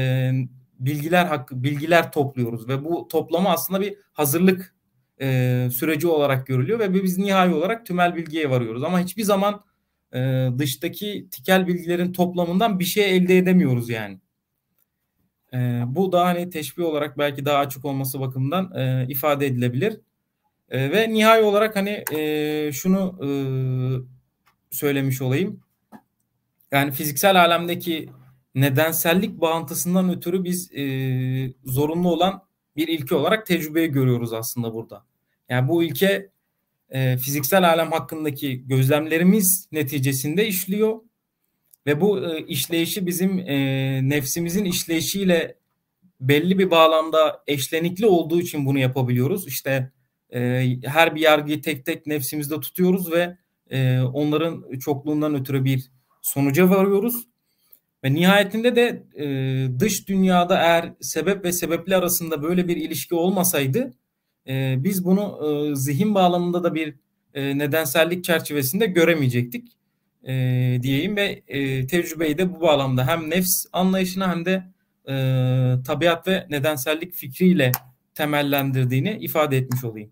bilgiler topluyoruz ve bu toplama aslında bir hazırlık süreci olarak görülüyor ve biz nihai olarak tümel bilgiye varıyoruz. Ama hiçbir zaman dıştaki tikel bilgilerin toplamından bir şey elde edemiyoruz yani. Bu da hani teşbih olarak belki daha açık olması bakımından ifade edilebilir. Ve nihai olarak hani şunu söylemiş olayım. Yani fiziksel alemdeki nedensellik bağıntısından ötürü biz zorunlu olan bir ilke olarak tecrübeyi görüyoruz aslında burada. Yani bu ilke fiziksel alem hakkındaki gözlemlerimiz neticesinde işliyor ve bu işleyişi bizim nefsimizin işleyişiyle belli bir bağlamda eşlenikli olduğu için bunu yapabiliyoruz. İşte her bir yargıyı tek tek nefsimizde tutuyoruz ve onların çokluğundan ötürü bir sonuca varıyoruz. Ve nihayetinde de dış dünyada eğer sebep ve sebepli arasında böyle bir ilişki olmasaydı biz bunu zihin bağlamında da bir nedensellik çerçevesinde göremeyecektik diyeyim ve tecrübeyi de bu bağlamda hem nefs anlayışına hem de tabiat ve nedensellik fikriyle temellendirdiğini ifade etmiş olayım.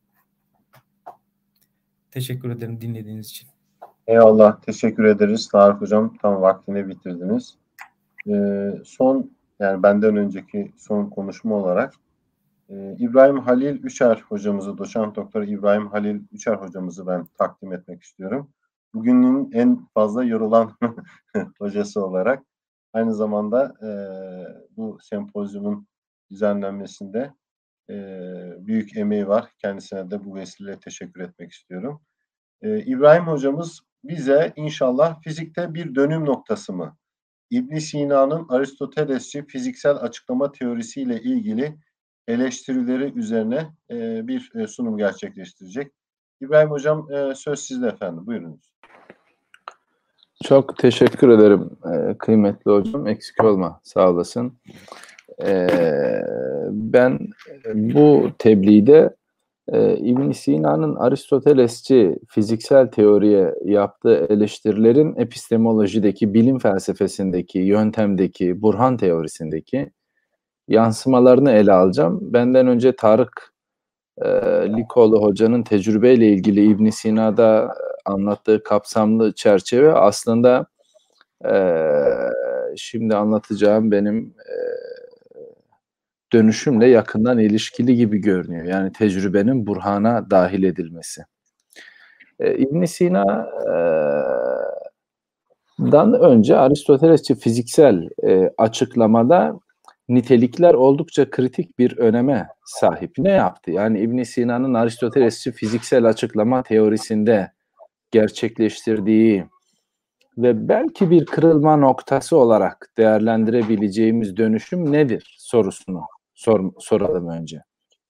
Teşekkür ederim dinlediğiniz için. Eyvallah. Teşekkür ederiz Tarık Hocam. Tam vaktini bitirdiniz. Son, yani benden önceki son konuşma olarak İbrahim Halil Üçer hocamızı, doçent doktor İbrahim Halil Üçer hocamızı ben takdim etmek istiyorum. Bugünün en fazla yorulan hocası olarak aynı zamanda bu sempozyumun düzenlenmesinde büyük emeği var. Kendisine de bu vesileyle teşekkür etmek istiyorum. İbrahim hocamız bize inşallah fizikte bir dönüm noktası mı? İbn Sina'nın Aristotelesçi fiziksel açıklama teorisiyle ilgili eleştirileri üzerine bir sunum gerçekleştirecek. İbrahim Hocam, söz sizde efendim. Buyurunuz. Çok teşekkür ederim kıymetli hocam. Eksik olma. Sağ olasın. Ben bu tebliğde İbn Sina'nın Aristotelesçi fiziksel teoriye yaptığı eleştirilerin epistemolojideki, bilim felsefesindeki, yöntemdeki, burhan teorisindeki yansımalarını ele alacağım. Benden önce Tarık Likoğlu hocanın tecrübeyle ilgili İbn Sina'da anlattığı kapsamlı çerçeve aslında şimdi anlatacağım benim dönüşümle yakından ilişkili gibi görünüyor. Yani tecrübenin burhana dahil edilmesi. İbn Sina'dan önce Aristotelesçi fiziksel açıklamada nitelikler oldukça kritik bir öneme sahip. Ne yaptı? Yani İbn Sina'nın Aristotelesçi fiziksel açıklama teorisinde gerçekleştirdiği ve belki bir kırılma noktası olarak değerlendirebileceğimiz dönüşüm nedir sorusunu soralım önce.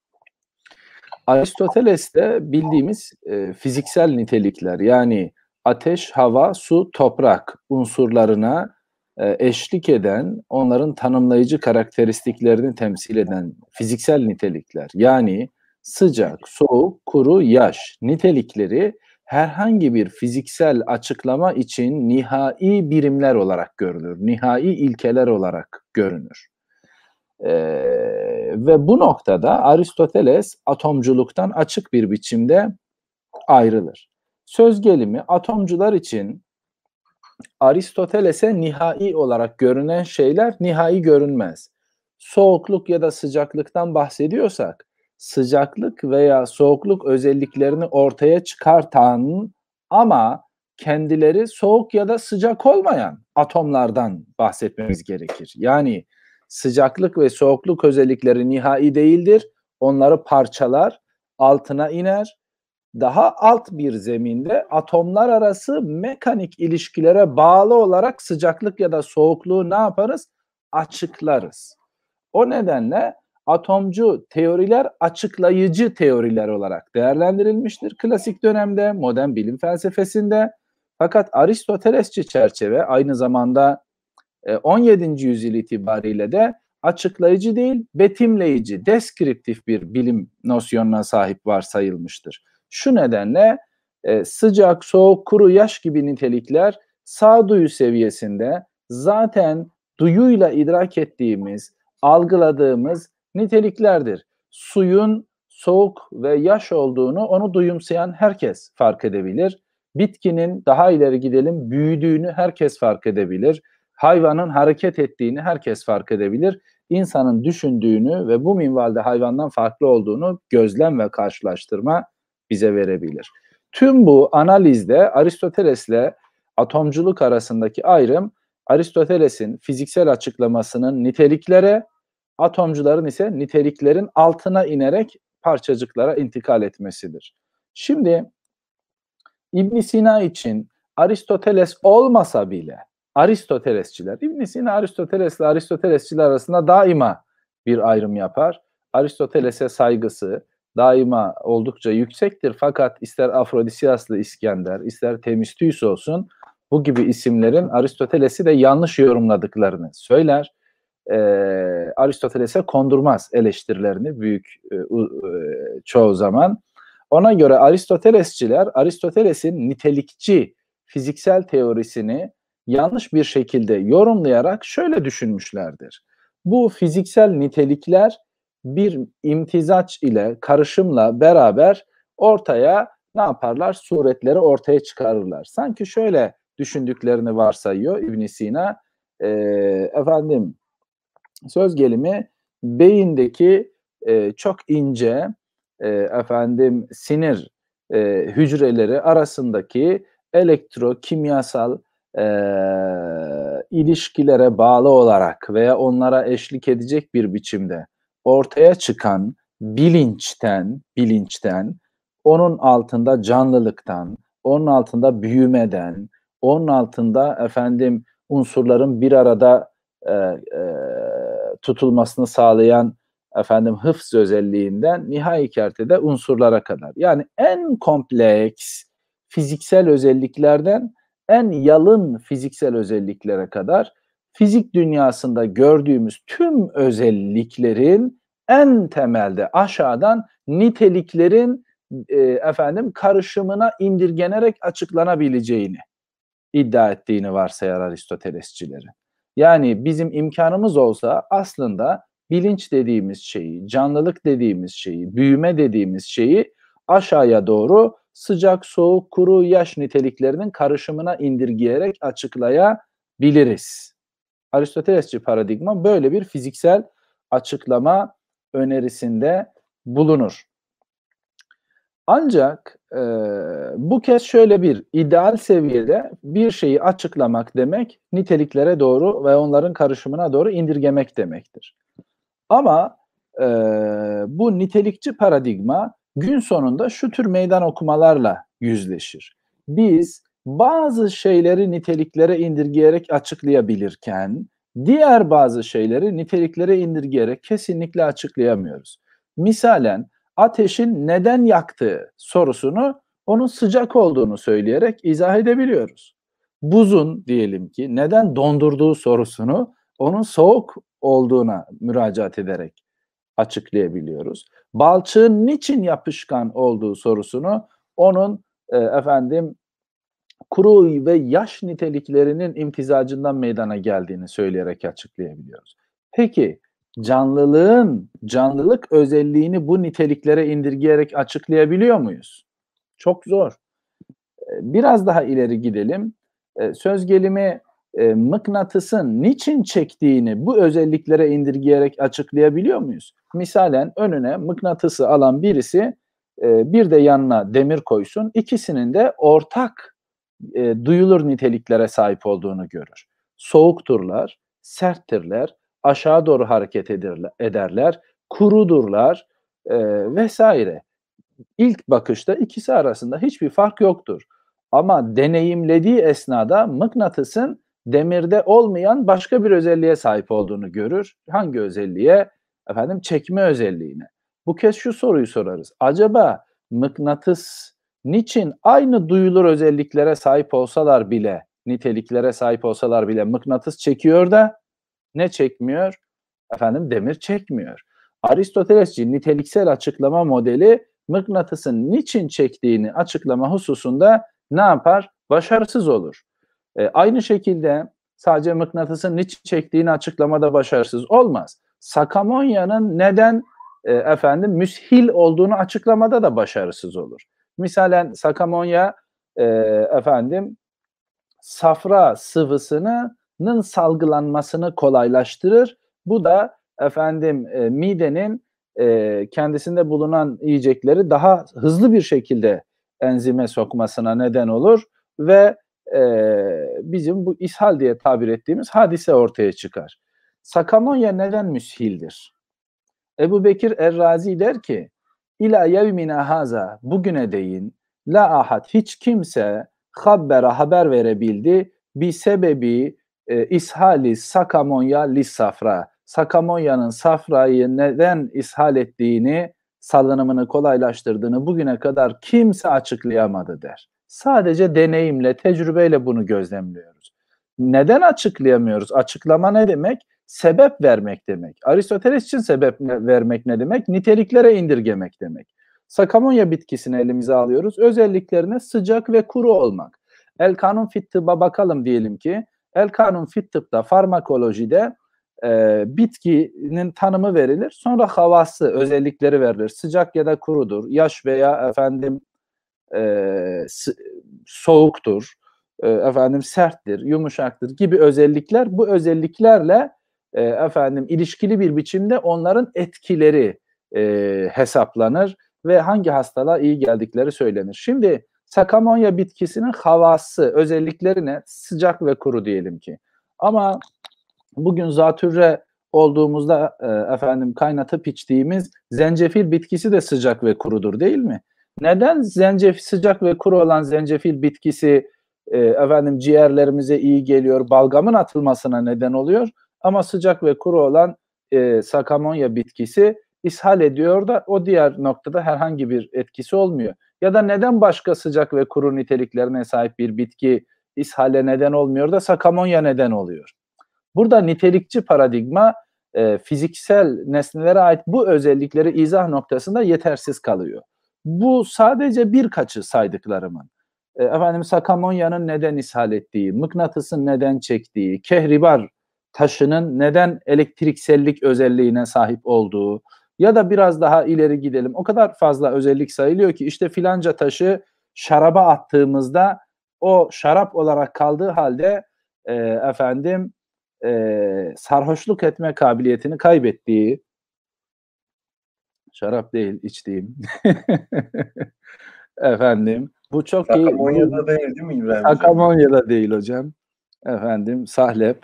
Aristoteles'te bildiğimiz fiziksel nitelikler, yani ateş, hava, su, toprak unsurlarına eşlik eden, onların tanımlayıcı karakteristiklerini temsil eden fiziksel nitelikler, yani sıcak, soğuk, kuru, yaş nitelikleri herhangi bir fiziksel açıklama için nihai birimler olarak görülür, nihai ilkeler olarak görünür. Ve bu noktada Aristoteles atomculuktan açık bir biçimde ayrılır. Söz gelimi atomcular için Aristoteles'e nihai olarak görünen şeyler nihai görünmez. Soğukluk ya da sıcaklıktan bahsediyorsak, sıcaklık veya soğukluk özelliklerini ortaya çıkartan ama kendileri soğuk ya da sıcak olmayan atomlardan bahsetmemiz gerekir. Yani sıcaklık ve soğukluk özellikleri nihai değildir. Onları parçalar, altına iner. Daha alt bir zeminde atomlar arası mekanik ilişkilere bağlı olarak sıcaklık ya da soğukluğu ne yaparız? Açıklarız. O nedenle atomcu teoriler açıklayıcı teoriler olarak değerlendirilmiştir klasik dönemde, modern bilim felsefesinde. Fakat Aristotelesçi çerçeve aynı zamanda 17. yüzyıl itibariyle de açıklayıcı değil, betimleyici, deskriptif bir bilim nosyonuna sahip varsayılmıştır. Şu nedenle sıcak, soğuk, kuru, yaş gibi nitelikler sağduyu seviyesinde zaten duyuyla idrak ettiğimiz, algıladığımız niteliklerdir. Suyun soğuk ve yaş olduğunu onu duyumsayan herkes fark edebilir. Bitkinin, daha ileri gidelim, büyüdüğünü herkes fark edebilir. Hayvanın hareket ettiğini herkes fark edebilir. İnsanın düşündüğünü ve bu minvalde hayvandan farklı olduğunu gözlem ve karşılaştırma bize verebilir. Tüm bu analizde Aristoteles'le atomculuk arasındaki ayrım, Aristoteles'in fiziksel açıklamasının niteliklere, atomcuların ise niteliklerin altına inerek parçacıklara intikal etmesidir. Şimdi İbn Sina için Aristoteles olmasa bile Aristotelesçiler, İbn Sina Aristoteles'le Aristotelesçiler arasında daima bir ayrım yapar. Aristoteles'e saygısı daima oldukça yüksektir. Fakat ister Afrodisiaslı İskender, ister Themistius olsun, bu gibi isimlerin Aristoteles'i de yanlış yorumladıklarını söyler. Aristoteles'e kondurmaz eleştirilerini çoğu zaman. Ona göre Aristotelesçiler Aristoteles'in nitelikçi fiziksel teorisini yanlış bir şekilde yorumlayarak şöyle düşünmüşlerdir. Bu fiziksel nitelikler bir imtizaç ile, karışımla beraber ortaya ne yaparlar? Suretleri ortaya çıkarırlar. Sanki şöyle düşündüklerini varsayıyor İbn Sina. Söz gelimi beyindeki çok ince sinir hücreleri arasındaki elektrokimyasal ilişkilere bağlı olarak veya onlara eşlik edecek bir biçimde ortaya çıkan bilinçten, onun altında canlılıktan, onun altında büyümeden, onun altında efendim unsurların bir arada tutulmasını sağlayan efendim hıfz özelliğinden nihai kertede unsurlara kadar. Yani en kompleks fiziksel özelliklerden en yalın fiziksel özelliklere kadar fizik dünyasında gördüğümüz tüm özelliklerin en temelde aşağıdan niteliklerin efendim karışımına indirgenerek açıklanabileceğini iddia ettiğini varsayar Aristotelesçilerin. Yani bizim imkanımız olsa aslında bilinç dediğimiz şeyi, canlılık dediğimiz şeyi, büyüme dediğimiz şeyi aşağıya doğru sıcak, soğuk, kuru, yaş niteliklerinin karışımına indirgeyerek açıklayabiliriz. Aristotelesçi paradigma böyle bir fiziksel açıklama önerisinde bulunur. Ancak bu kez şöyle bir ideal seviyede bir şeyi açıklamak demek niteliklere doğru ve onların karışımına doğru indirgemek demektir. Ama bu nitelikçi paradigma gün sonunda şu tür meydan okumalarla yüzleşir. Biz bazı şeyleri niteliklere indirgeyerek açıklayabilirken diğer bazı şeyleri niteliklere indirgeyerek kesinlikle açıklayamıyoruz. Misalen ateşin neden yaktığı sorusunu onun sıcak olduğunu söyleyerek izah edebiliyoruz. Buzun diyelim ki neden dondurduğu sorusunu onun soğuk olduğuna müracaat ederek açıklayabiliyoruz. Balçığın niçin yapışkan olduğu sorusunu onun efendim kuru ve yaş niteliklerinin imtizacından meydana geldiğini söyleyerek açıklayabiliyoruz. Peki canlılık özelliğini bu niteliklere indirgeyerek açıklayabiliyor muyuz? Çok zor. Biraz daha ileri gidelim. Söz gelimi mıknatısın niçin çektiğini bu özelliklere indirgeyerek açıklayabiliyor muyuz? Misalen önüne mıknatısı alan birisi bir de yanına demir koysun. İkisinin de ortak duyulur niteliklere sahip olduğunu görür. Soğukturlar, serttirler, aşağı doğru hareket ederler, kurudurlar vesaire. İlk bakışta ikisi arasında hiçbir fark yoktur. Ama deneyimlediği esnada mıknatısın demirde olmayan başka bir özelliğe sahip olduğunu görür. Hangi özelliğe? Efendim çekme özelliğine. Bu kez şu soruyu sorarız. Acaba mıknatıs niçin aynı duyulur özelliklere sahip olsalar bile, niteliklere sahip olsalar bile mıknatıs çekiyor da ne çekmiyor? Efendim demir çekmiyor. Aristotelesçi niteliksel açıklama modeli mıknatısın niçin çektiğini açıklama hususunda ne yapar? Başarısız olur. Aynı şekilde sadece mıknatısın niçin çektiğini açıklamada başarısız olmaz. Sakamonya'nın neden müshil olduğunu açıklamada da başarısız olur. Misalen Sakamonya safra sıvısının salgılanmasını kolaylaştırır. Bu da midenin kendisinde bulunan yiyecekleri daha hızlı bir şekilde enzime sokmasına neden olur ve bizim bu ishal diye tabir ettiğimiz hadise ortaya çıkar. Sakamonya neden müshildir? Ebu Bekir Er-Razi der ki, İlâ yevmina haza, bugüne değin, la ahad, hiç kimse habbera, haber verebildi, bi sebebi ishali Sakamonya lissafra, Sakamonya'nın safrayı neden ishal ettiğini, salınımını kolaylaştırdığını bugüne kadar kimse açıklayamadı der. Sadece deneyimle, tecrübeyle bunu gözlemliyoruz. Neden açıklayamıyoruz? Açıklama ne demek? Sebep vermek demek. Aristoteles için sebep vermek ne demek? Niteliklere indirgemek demek. Sakamonya bitkisini elimize alıyoruz. Özelliklerine sıcak ve kuru olmak. El Kanun Fit Tıb'a bakalım diyelim ki. El Kanun Fit Tıb'da, farmakolojide bitkinin tanımı verilir. Sonra havası, özellikleri verilir. Sıcak ya da kurudur. Yaş veya soğuktur. Serttir, yumuşaktır gibi özellikler, bu özelliklerle ilişkili bir biçimde onların etkileri hesaplanır ve hangi hastalığa iyi geldikleri söylenir. Şimdi Sakamonya bitkisinin havası, özelliklerine sıcak ve kuru diyelim ki. Ama bugün zatürre olduğumuzda kaynatıp içtiğimiz zencefil bitkisi de sıcak ve kurudur değil mi? Neden sıcak ve kuru olan zencefil bitkisi ciğerlerimize iyi geliyor, balgamın atılmasına neden oluyor ama sıcak ve kuru olan sakamonya bitkisi ishal ediyor da o diğer noktada herhangi bir etkisi olmuyor. Ya da neden başka sıcak ve kuru niteliklerine sahip bir bitki ishale neden olmuyor da sakamonya neden oluyor? Burada nitelikçi paradigma fiziksel nesnelere ait bu özellikleri izah noktasında yetersiz kalıyor. Bu sadece birkaçı saydıklarımın. Sakamonya'nın neden ishal ettiği, mıknatısın neden çektiği, kehribar taşının neden elektriksellik özelliğine sahip olduğu ya da biraz daha ileri gidelim. O kadar fazla özellik sayılıyor ki işte filanca taşı şaraba attığımızda o şarap olarak kaldığı halde sarhoşluk etme kabiliyetini kaybettiği, şarap değil içtiğim bu çok iyi. Sakamonya'da değil mi İbrahim Hocam? Sakamonya'da değil hocam. Sahlep.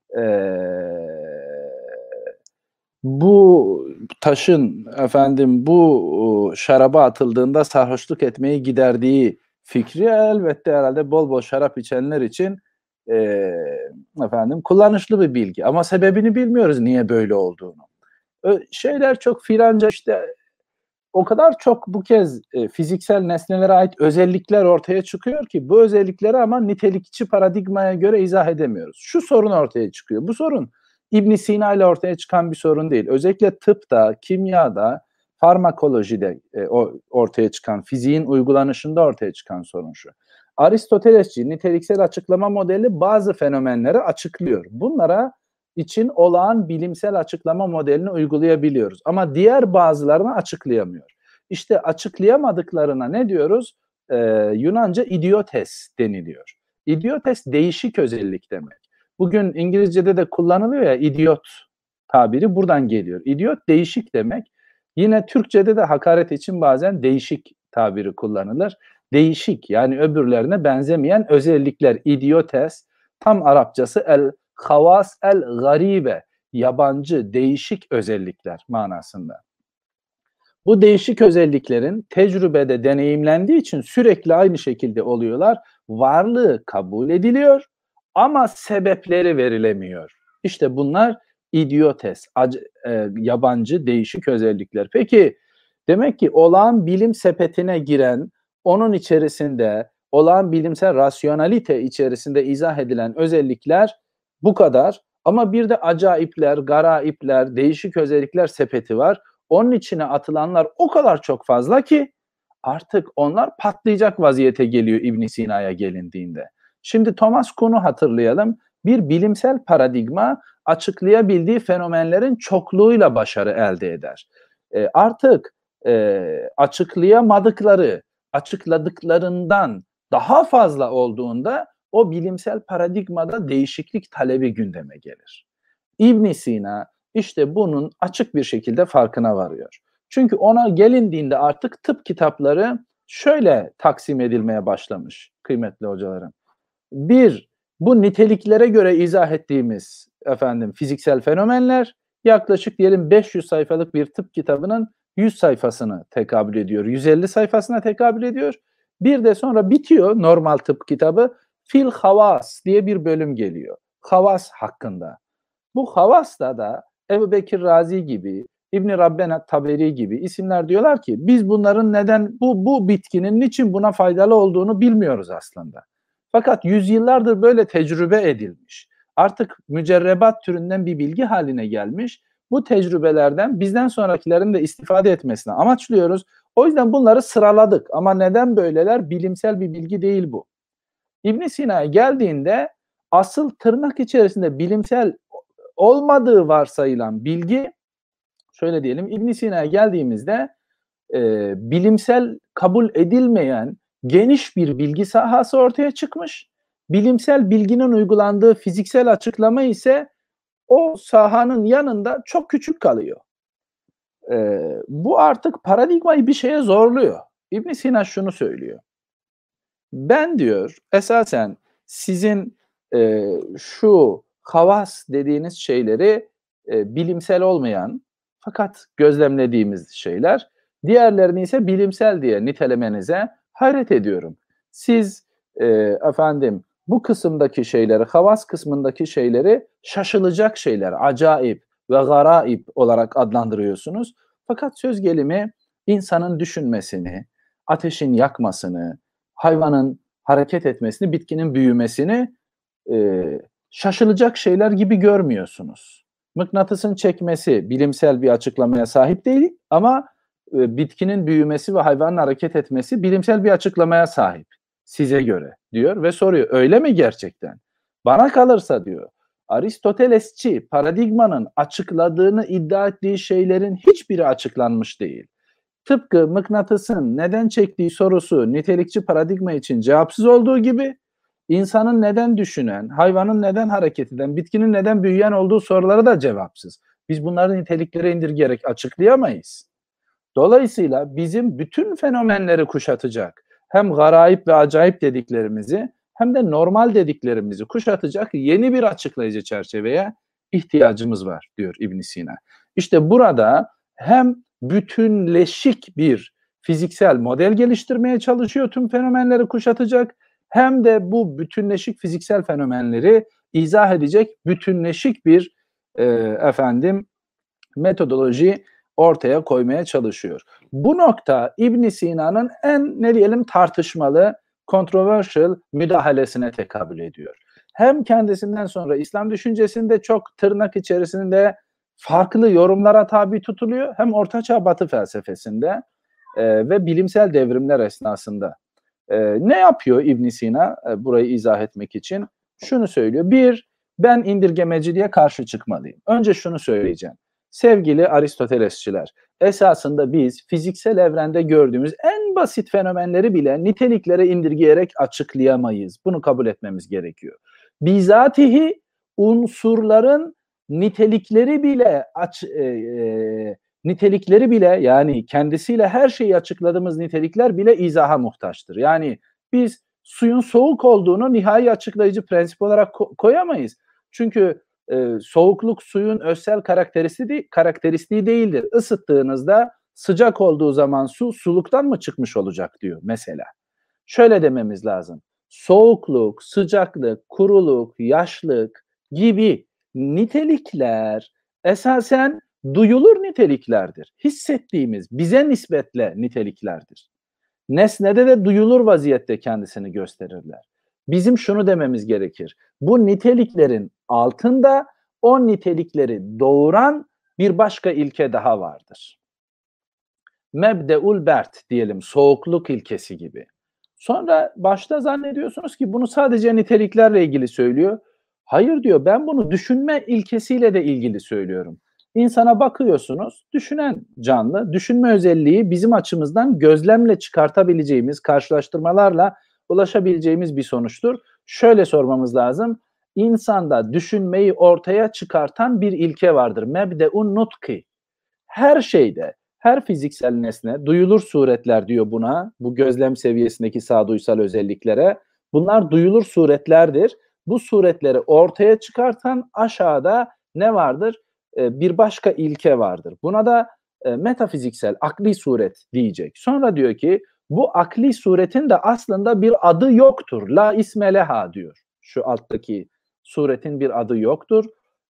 Bu taşın bu şaraba atıldığında sarhoşluk etmeyi giderdiği fikri elbette herhalde bol bol şarap içenler için kullanışlı bir bilgi. Ama sebebini bilmiyoruz niye böyle olduğunu. Şeyler çok filanca işte o kadar çok bu kez fiziksel nesnelere ait özellikler ortaya çıkıyor ki bu özellikleri ama nitelikçi paradigmaya göre izah edemiyoruz. Şu sorun ortaya çıkıyor. Bu sorun İbn Sina ile ortaya çıkan bir sorun değil. Özellikle tıpta, kimyada, farmakolojide ortaya çıkan, fiziğin uygulanışında ortaya çıkan sorun şu. Aristotelesçi niteliksel açıklama modeli bazı fenomenleri açıklıyor. Bunlara için olağan bilimsel açıklama modelini uygulayabiliyoruz. Ama diğer bazılarını açıklayamıyor. İşte açıklayamadıklarına ne diyoruz? Yunanca idiotes deniliyor. Idiotes değişik özellik demek. Bugün İngilizce'de de kullanılıyor ya idiot tabiri buradan geliyor. İdiot değişik demek. Yine Türkçe'de de hakaret için bazen değişik tabiri kullanılır. Değişik yani öbürlerine benzemeyen özellikler idiotes. Tam Arapçası havas el-garibe, yabancı, değişik özellikler manasında. Bu değişik özelliklerin tecrübede deneyimlendiği için sürekli aynı şekilde oluyorlar. Varlığı kabul ediliyor ama sebepleri verilemiyor. İşte bunlar idiotes, yabancı, değişik özellikler. Peki demek ki olağan bilim sepetine giren, onun içerisinde olağan bilimsel rasyonalite içerisinde izah edilen özellikler bu kadar ama bir de acayipler, garaipler, değişik özellikler sepeti var. Onun içine atılanlar o kadar çok fazla ki artık onlar patlayacak vaziyete geliyor İbn Sina'ya gelindiğinde. Şimdi Thomas Kuhn'u hatırlayalım. Bir bilimsel paradigma açıklayabildiği fenomenlerin çokluğuyla başarı elde eder. Artık açıklayamadıkları, açıkladıklarından daha fazla olduğunda o bilimsel paradigmada değişiklik talebi gündeme gelir. İbn Sina işte bunun açık bir şekilde farkına varıyor. Çünkü ona gelindiğinde artık tıp kitapları şöyle taksim edilmeye başlamış kıymetli hocalarım. Bir, bu niteliklere göre izah ettiğimiz fiziksel fenomenler yaklaşık diyelim 500 sayfalık bir tıp kitabının 100 sayfasını tekabül ediyor. 150 sayfasına tekabül ediyor. Bir de sonra bitiyor normal tıp kitabı. Fil havas diye bir bölüm geliyor. Havas hakkında. Bu havasta da Ebu Bekir Razi gibi, İbn-i Rabbenat Taberi gibi isimler diyorlar ki biz bunların neden bu bitkinin niçin buna faydalı olduğunu bilmiyoruz aslında. Fakat yüzyıllardır böyle tecrübe edilmiş. Artık mücerrebat türünden bir bilgi haline gelmiş. Bu tecrübelerden bizden sonrakilerin de istifade etmesini amaçlıyoruz. O yüzden bunları sıraladık. Ama neden böyleler? Bilimsel bir bilgi değil bu. İbn Sina'ya geldiğinde asıl tırnak içerisinde bilimsel olmadığı varsayılan bilgi, şöyle diyelim, İbn Sina'ya geldiğimizde bilimsel kabul edilmeyen geniş bir bilgi sahası ortaya çıkmış. Bilimsel bilginin uygulandığı fiziksel açıklama ise o sahanın yanında çok küçük kalıyor. Bu artık paradigmayı bir şeye zorluyor. İbn Sina şunu söylüyor. Ben diyor esasen sizin şu havas dediğiniz şeyleri bilimsel olmayan fakat gözlemlediğimiz şeyler Diğerlerini ise bilimsel diye nitelemenize hayret ediyorum. Siz bu kısımdaki şeyleri, havas kısmındaki şeyleri şaşılacak şeyler, acayip ve garaib olarak adlandırıyorsunuz. Fakat söz gelimi insanın düşünmesini, ateşin yakmasını, hayvanın hareket etmesini, bitkinin büyümesini şaşılacak şeyler gibi görmüyorsunuz. Mıknatısın çekmesi bilimsel bir açıklamaya sahip değil ama bitkinin büyümesi ve hayvanın hareket etmesi bilimsel bir açıklamaya sahip size göre diyor ve soruyor, öyle mi gerçekten? Bana kalırsa diyor, Aristotelesçi paradigmanın açıkladığını iddia ettiği şeylerin hiçbiri açıklanmış değil. Tıpkı mıknatısın neden çektiği sorusu nitelikçi paradigma için cevapsız olduğu gibi, insanın neden düşünen, hayvanın neden hareket eden, bitkinin neden büyüyen olduğu soruları da cevapsız. Biz bunları niteliklere indirgeyerek açıklayamayız. Dolayısıyla bizim bütün fenomenleri kuşatacak, hem garaip ve acayip dediklerimizi hem de normal dediklerimizi kuşatacak yeni bir açıklayıcı çerçeveye ihtiyacımız var diyor İbn Sina. İşte burada hem bütünleşik bir fiziksel model geliştirmeye çalışıyor, tüm fenomenleri kuşatacak, hem de bu bütünleşik fiziksel fenomenleri izah edecek bütünleşik bir metodoloji ortaya koymaya çalışıyor. Bu nokta İbn Sina'nın en tartışmalı, controversial müdahalesine tekabül ediyor. Hem kendisinden sonra İslam düşüncesinde çok tırnak içerisinde farklı yorumlara tabi tutuluyor, hem Ortaçağ Batı felsefesinde ve bilimsel devrimler esnasında. Ne yapıyor İbn Sina burayı izah etmek için? Şunu söylüyor. Bir, ben indirgemeciliğe karşı çıkmalıyım. Önce şunu söyleyeceğim. Sevgili Aristotelesçiler, esasında biz fiziksel evrende gördüğümüz en basit fenomenleri bile niteliklere indirgeyerek açıklayamayız. Bunu kabul etmemiz gerekiyor. Bizatihi unsurların nitelikleri bile yani kendisiyle her şeyi açıkladığımız nitelikler bile izaha muhtaçtır. Yani biz suyun soğuk olduğunu nihai açıklayıcı prensip olarak koyamayız. Çünkü soğukluk suyun özsel karakteristiği değildir. Isıttığınızda sıcak olduğu zaman su suluktan mı çıkmış olacak diyor mesela. Şöyle dememiz lazım. Soğukluk, sıcaklık, kuruluk, yaşlık gibi nitelikler esasen duyulur niteliklerdir. Hissettiğimiz, bize nispetle niteliklerdir. Nesnede de duyulur vaziyette kendisini gösterirler. Bizim şunu dememiz gerekir. Bu niteliklerin altında o nitelikleri doğuran bir başka ilke daha vardır. Mebde'ul bert diyelim, soğukluk ilkesi gibi. Sonra başta zannediyorsunuz ki bunu sadece niteliklerle ilgili söylüyor. Hayır diyor, ben bunu düşünme ilkesiyle de ilgili söylüyorum. İnsana bakıyorsunuz, düşünen canlı, düşünme özelliği bizim açımızdan gözlemle çıkartabileceğimiz, karşılaştırmalarla ulaşabileceğimiz bir sonuçtur. Şöyle sormamız lazım, insanda düşünmeyi ortaya çıkartan bir ilke vardır. Mebde'un nutki. Her şeyde, her fiziksel nesne, duyulur suretler diyor buna, bu gözlem seviyesindeki sağduysal özelliklere. Bunlar duyulur suretlerdir. Bu suretleri ortaya çıkartan aşağıda ne vardır? Bir başka ilke vardır. Buna da metafiziksel, akli suret diyecek. Sonra diyor ki bu akli suretin de aslında bir adı yoktur. La isme leha diyor. Şu alttaki suretin bir adı yoktur.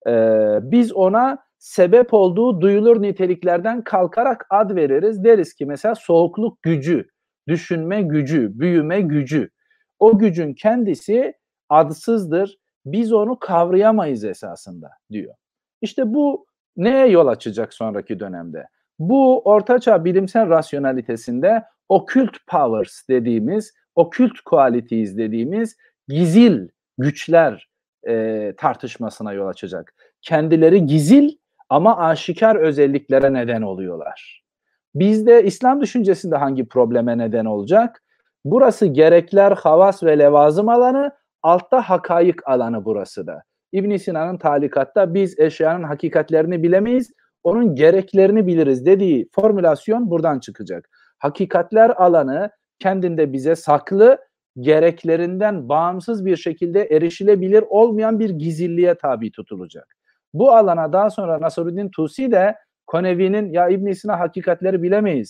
Biz ona sebep olduğu duyulur niteliklerden kalkarak ad veririz. Deriz ki mesela soğukluk gücü, düşünme gücü, büyüme gücü. O gücün kendisi adsızdır. Biz onu kavrayamayız esasında diyor. İşte bu neye yol açacak sonraki dönemde? Bu ortaçağ bilimsel rasyonalitesinde okült powers dediğimiz, okült qualities dediğimiz gizil güçler tartışmasına yol açacak. Kendileri gizil ama aşikar özelliklere neden oluyorlar. Bizde İslam düşüncesinde hangi probleme neden olacak? Burası gerekler, havas ve levazım alanı, altta hakaik alanı burası da. İbn Sina'nın talikatta biz eşyanın hakikatlerini bilemeyiz, onun gereklerini biliriz dediği formülasyon buradan çıkacak. Hakikatler alanı kendinde bize saklı, gereklerinden bağımsız bir şekilde erişilebilir olmayan bir gizilliğe tabi tutulacak. Bu alana daha sonra Nasruddin Tusi de Konevi'nin ya İbn Sina hakikatleri bilemeyiz,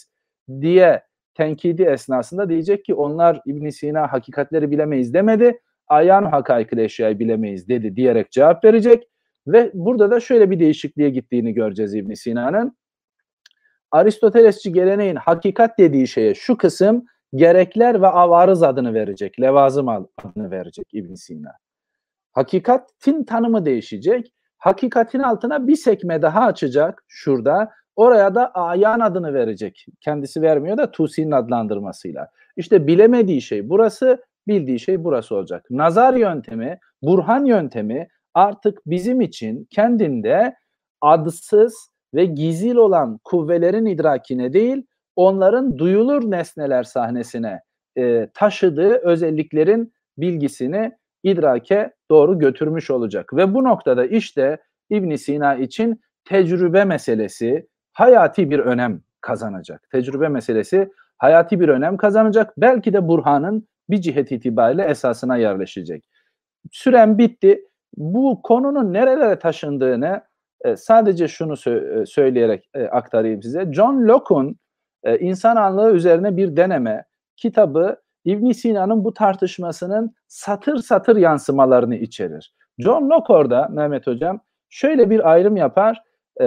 diye tenkidi esnasında diyecek ki onlar İbn Sina hakikatleri bilemeyiz demedi, ayyan hakaikil eşyayı bilemeyiz dedi diyerek cevap verecek ve burada da şöyle bir değişikliğe gittiğini göreceğiz İbn Sina'nın. Aristotelesçi geleneğin hakikat dediği şeye şu kısım gerekler ve avarız adını verecek, levazım adını verecek İbn Sina. Hakikatin tanımı değişecek. Hakikatin altına bir sekme daha açacak şurada. Oraya da ayan adını verecek. Kendisi vermiyor da Tusi'nin adlandırmasıyla. İşte bilemediği şey burası, bildiği şey burası olacak. Nazar yöntemi, burhan yöntemi artık bizim için kendinde adsız ve gizil olan kuvvelerin idrakine değil, onların duyulur nesneler sahnesine taşıdığı özelliklerin bilgisini idrake doğru götürmüş olacak. Ve bu noktada işte İbn Sina için tecrübe meselesi hayati bir önem kazanacak. Tecrübe meselesi hayati bir önem kazanacak. Belki de burhanın bir cihet itibariyle esasına yerleşecek. Sürem bitti. Bu konunun nerelere taşındığını sadece şunu söyleyerek aktarayım size. John Locke'un İnsan Anlığı üzerine bir deneme kitabı İbn Sina'nın bu tartışmasının satır satır yansımalarını içerir. John Locke orada Mehmet Hocam şöyle bir ayrım yapar.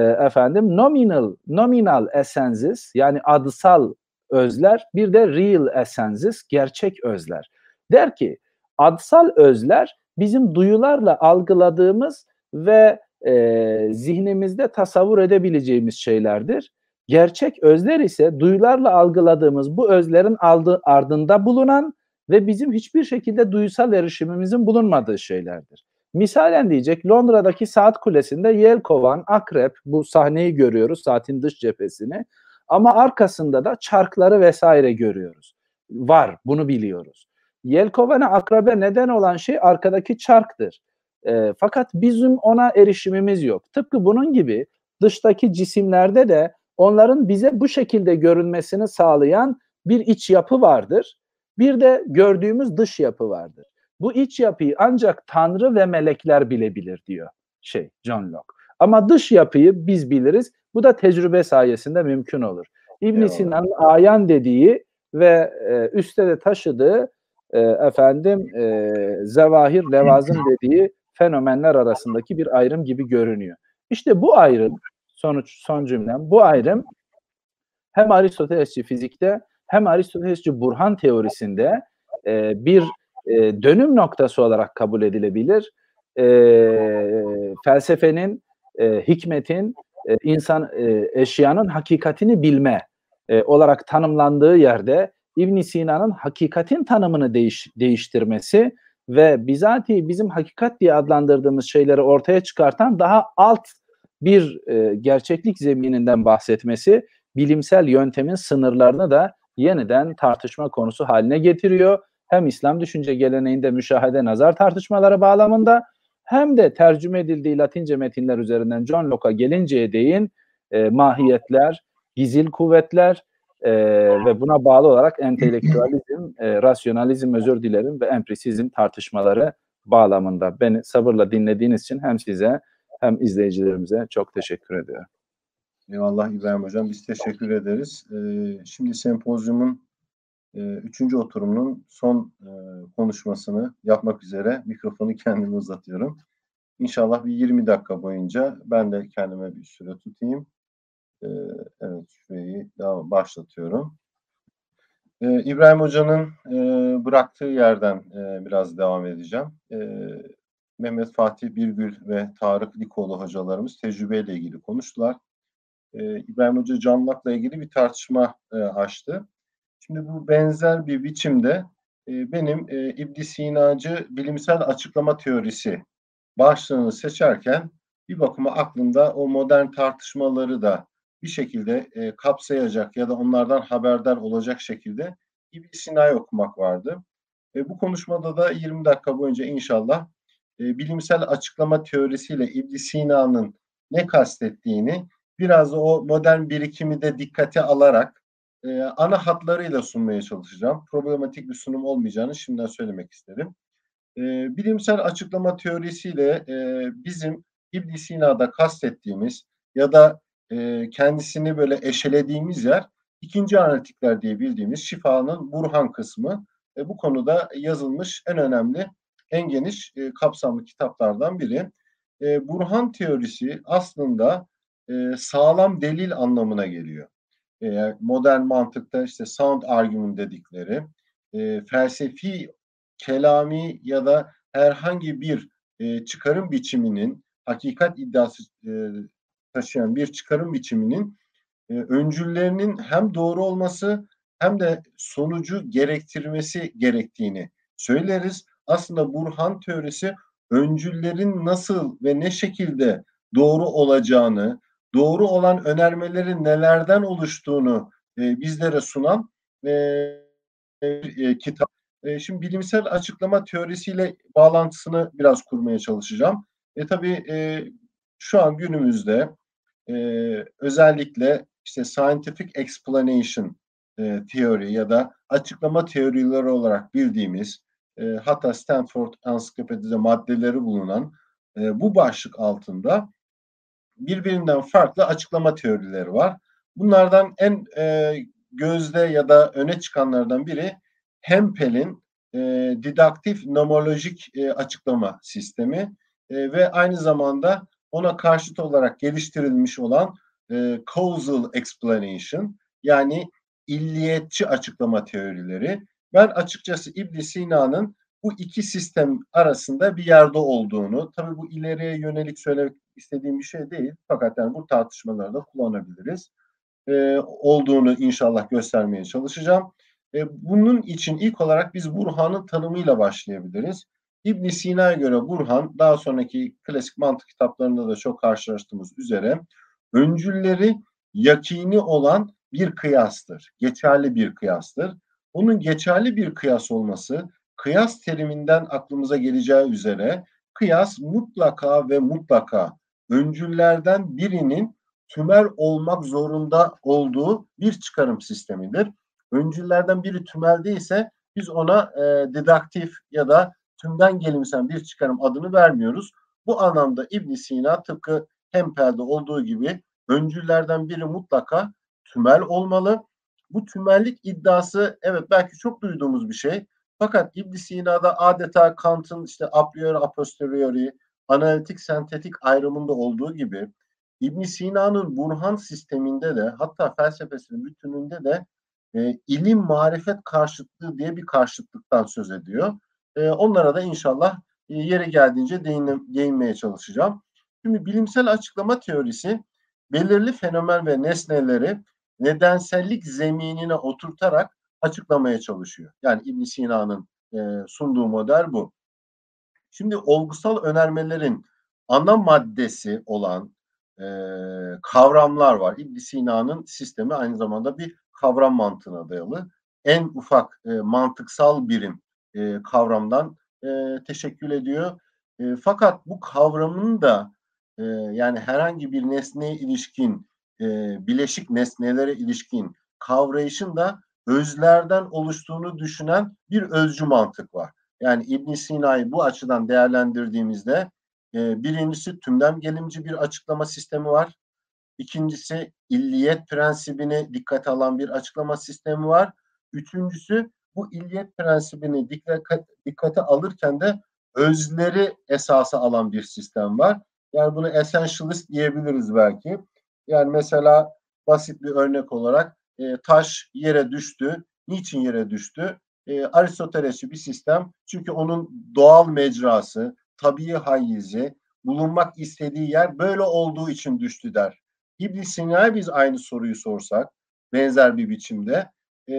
Nominal essences yani adsal özler, bir de real essences gerçek özler. Der ki adsal özler bizim duyularla algıladığımız ve zihnimizde tasavvur edebileceğimiz şeylerdir. Gerçek özler ise duyularla algıladığımız bu özlerin ardında bulunan ve bizim hiçbir şekilde duysal erişimimizin bulunmadığı şeylerdir. Misalen diyecek Londra'daki saat kulesinde yelkovan, akrep bu sahneyi görüyoruz, saatin dış cephesini ama arkasında da çarkları vesaire görüyoruz. Var, bunu biliyoruz. Yelkovana, akrebe neden olan şey arkadaki çarktır. Fakat bizim ona erişimimiz yok. Tıpkı bunun gibi dıştaki cisimlerde de onların bize bu şekilde görünmesini sağlayan bir iç yapı vardır. Bir de gördüğümüz dış yapı vardır. Bu iç yapıyı ancak Tanrı ve melekler bilebilir diyor John Locke. Ama dış yapıyı biz biliriz. Bu da tecrübe sayesinde mümkün olur. İbn Sina'nın ayan dediği ve üstte de taşıdığı zevahir, levazım dediği fenomenler arasındaki bir ayrım gibi görünüyor. İşte bu ayrım, son cümlem, bu ayrım hem Aristotelesçi fizikte hem Aristotelesçi burhan teorisinde bir dönüm noktası olarak kabul edilebilir. Felsefenin, hikmetin, eşyanın hakikatini bilme olarak tanımlandığı yerde İbn Sina'nın hakikatin tanımını değiştirmesi ve bizatihi bizim hakikat diye adlandırdığımız şeyleri ortaya çıkartan daha alt bir gerçeklik zemininden bahsetmesi bilimsel yöntemin sınırlarını da yeniden tartışma konusu haline getiriyor. Hem İslam düşünce geleneğinde müşahede nazar tartışmaları bağlamında hem de tercüme edildiği Latince metinler üzerinden John Locke'a gelinceye değin mahiyetler, gizil kuvvetler ve buna bağlı olarak entelektüalizm, rasyonalizm özür dilerim ve emprisizm tartışmaları bağlamında. Beni sabırla dinlediğiniz için hem size hem izleyicilerimize çok teşekkür ediyorum. Eyvallah İbrahim Hocam. Biz teşekkür ederiz. Şimdi sempozyumun 3. oturumunun son konuşmasını yapmak üzere mikrofonu kendime uzatıyorum. İnşallah bir 20 dakika boyunca ben de kendime bir süre tutayım. Evet, süreyi daha başlatıyorum. İbrahim Hoca'nın bıraktığı yerden biraz devam edeceğim. Mehmet Fatih Birgül ve Tarık Likoğlu hocalarımız tecrübeyle ilgili konuştular. İbrahim Hoca John Locke'la ilgili bir tartışma açtı. Şimdi bu benzer bir biçimde benim İbn Sinacı bilimsel açıklama teorisi başlığını seçerken bir bakıma aklımda o modern tartışmaları da bir şekilde kapsayacak ya da onlardan haberdar olacak şekilde İbn Sina'yı okumak vardı. Bu konuşmada da 20 dakika boyunca inşallah bilimsel açıklama teorisiyle İbn Sina'nın ne kastettiğini biraz da o modern birikimi de dikkate alarak ana hatlarıyla sunmaya çalışacağım. Problematik bir sunum olmayacağını şimdiden söylemek isterim. Bilimsel açıklama teorisiyle bizim İbn Sina'da kastettiğimiz ya da kendisini böyle eşelediğimiz yer ikinci analitikler diye bildiğimiz şifanın burhan kısmı. Bu konuda yazılmış en önemli, en geniş kapsamlı kitaplardan biri. Burhan teorisi aslında sağlam delil anlamına geliyor. Modern mantıkta işte sound argument dedikleri felsefi, kelami ya da herhangi bir çıkarım biçiminin, hakikat iddiası taşıyan bir çıkarım biçiminin öncüllerinin hem doğru olması hem de sonucu gerektirmesi gerektiğini söyleriz. Aslında burhan teorisi öncüllerin nasıl ve ne şekilde doğru olacağını, doğru olan önermelerin nelerden oluştuğunu bizlere sunan kitap. Şimdi bilimsel açıklama teorisiyle bağlantısını biraz kurmaya çalışacağım. Tabii şu an günümüzde özellikle işte scientific explanation teori ya da açıklama teorileri olarak bildiğimiz hatta Stanford Ansiklopedide maddeleri bulunan bu başlık altında birbirinden farklı açıklama teorileri var. Bunlardan en gözde ya da öne çıkanlardan biri Hempel'in didaktif nomolojik açıklama sistemi ve aynı zamanda ona karşıt olarak geliştirilmiş olan causal explanation, yani illiyetçi açıklama teorileri. Ben açıkçası İbn Sina'nın bu iki sistem arasında bir yerde olduğunu, tabii bu ileriye yönelik söylemek istediğim bir şey değil, fakat yani bu tartışmalarda kullanabiliriz. Olduğunu inşallah göstermeye çalışacağım. Bunun için ilk olarak biz burhanın tanımıyla başlayabiliriz. İbn Sina'ya göre burhan, daha sonraki klasik mantık kitaplarında da çok karşılaştığımız üzere öncülleri yakini olan bir kıyastır. Geçerli bir kıyastır. Onun geçerli bir kıyas olması, kıyas teriminden aklımıza geleceği üzere kıyas mutlaka ve mutlaka öncüllerden birinin tümel olmak zorunda olduğu bir çıkarım sistemidir. Öncüllerden biri tümel değilse biz ona didaktif ya da tümden gelimsel bir çıkarım adını vermiyoruz. Bu anlamda İbn Sina tıpkı Hempel'de olduğu gibi öncüllerden biri mutlaka tümel olmalı. Bu tümellik iddiası evet belki çok duyduğumuz bir şey. Fakat İbn Sina'da adeta Kant'ın işte a priori a posteriori, analitik sentetik ayrımında olduğu gibi İbn Sina'nın burhan sisteminde de hatta felsefesinin bütününde de ilim marifet karşıtlığı diye bir karşıtlıktan söz ediyor. Onlara da inşallah yeri geldiğince değinmeye çalışacağım. Şimdi bilimsel açıklama teorisi belirli fenomen ve nesneleri nedensellik zeminine oturtarak açıklamaya çalışıyor. Yani İbn Sina'nın sunduğu model bu. Şimdi olgusal önermelerin ana maddesi olan kavramlar var. İbn Sina'nın sistemi aynı zamanda bir kavram mantığına dayalı. En ufak mantıksal birim kavramdan teşekkül ediyor. Fakat bu kavramın da yani herhangi bir nesneye ilişkin, bileşik nesnelere ilişkin kavrayışın da özlerden oluştuğunu düşünen bir özcü mantık var. Yani İbn Sina'yı bu açıdan değerlendirdiğimizde birincisi tümden gelimci bir açıklama sistemi var. İkincisi illiyet prensibini dikkate alan bir açıklama sistemi var. Üçüncüsü bu illiyet prensibini dikkate alırken de özleri esasa alan bir sistem var. Yani bunu essentialist diyebiliriz belki. Yani mesela basit bir örnek olarak taş yere düştü. Niçin yere düştü? Aristotelesçi bir sistem. Çünkü onun doğal mecrası, tabii hayyizi, bulunmak istediği yer böyle olduğu için düştü der. İbn Sina'ya biz aynı soruyu sorsak benzer bir biçimde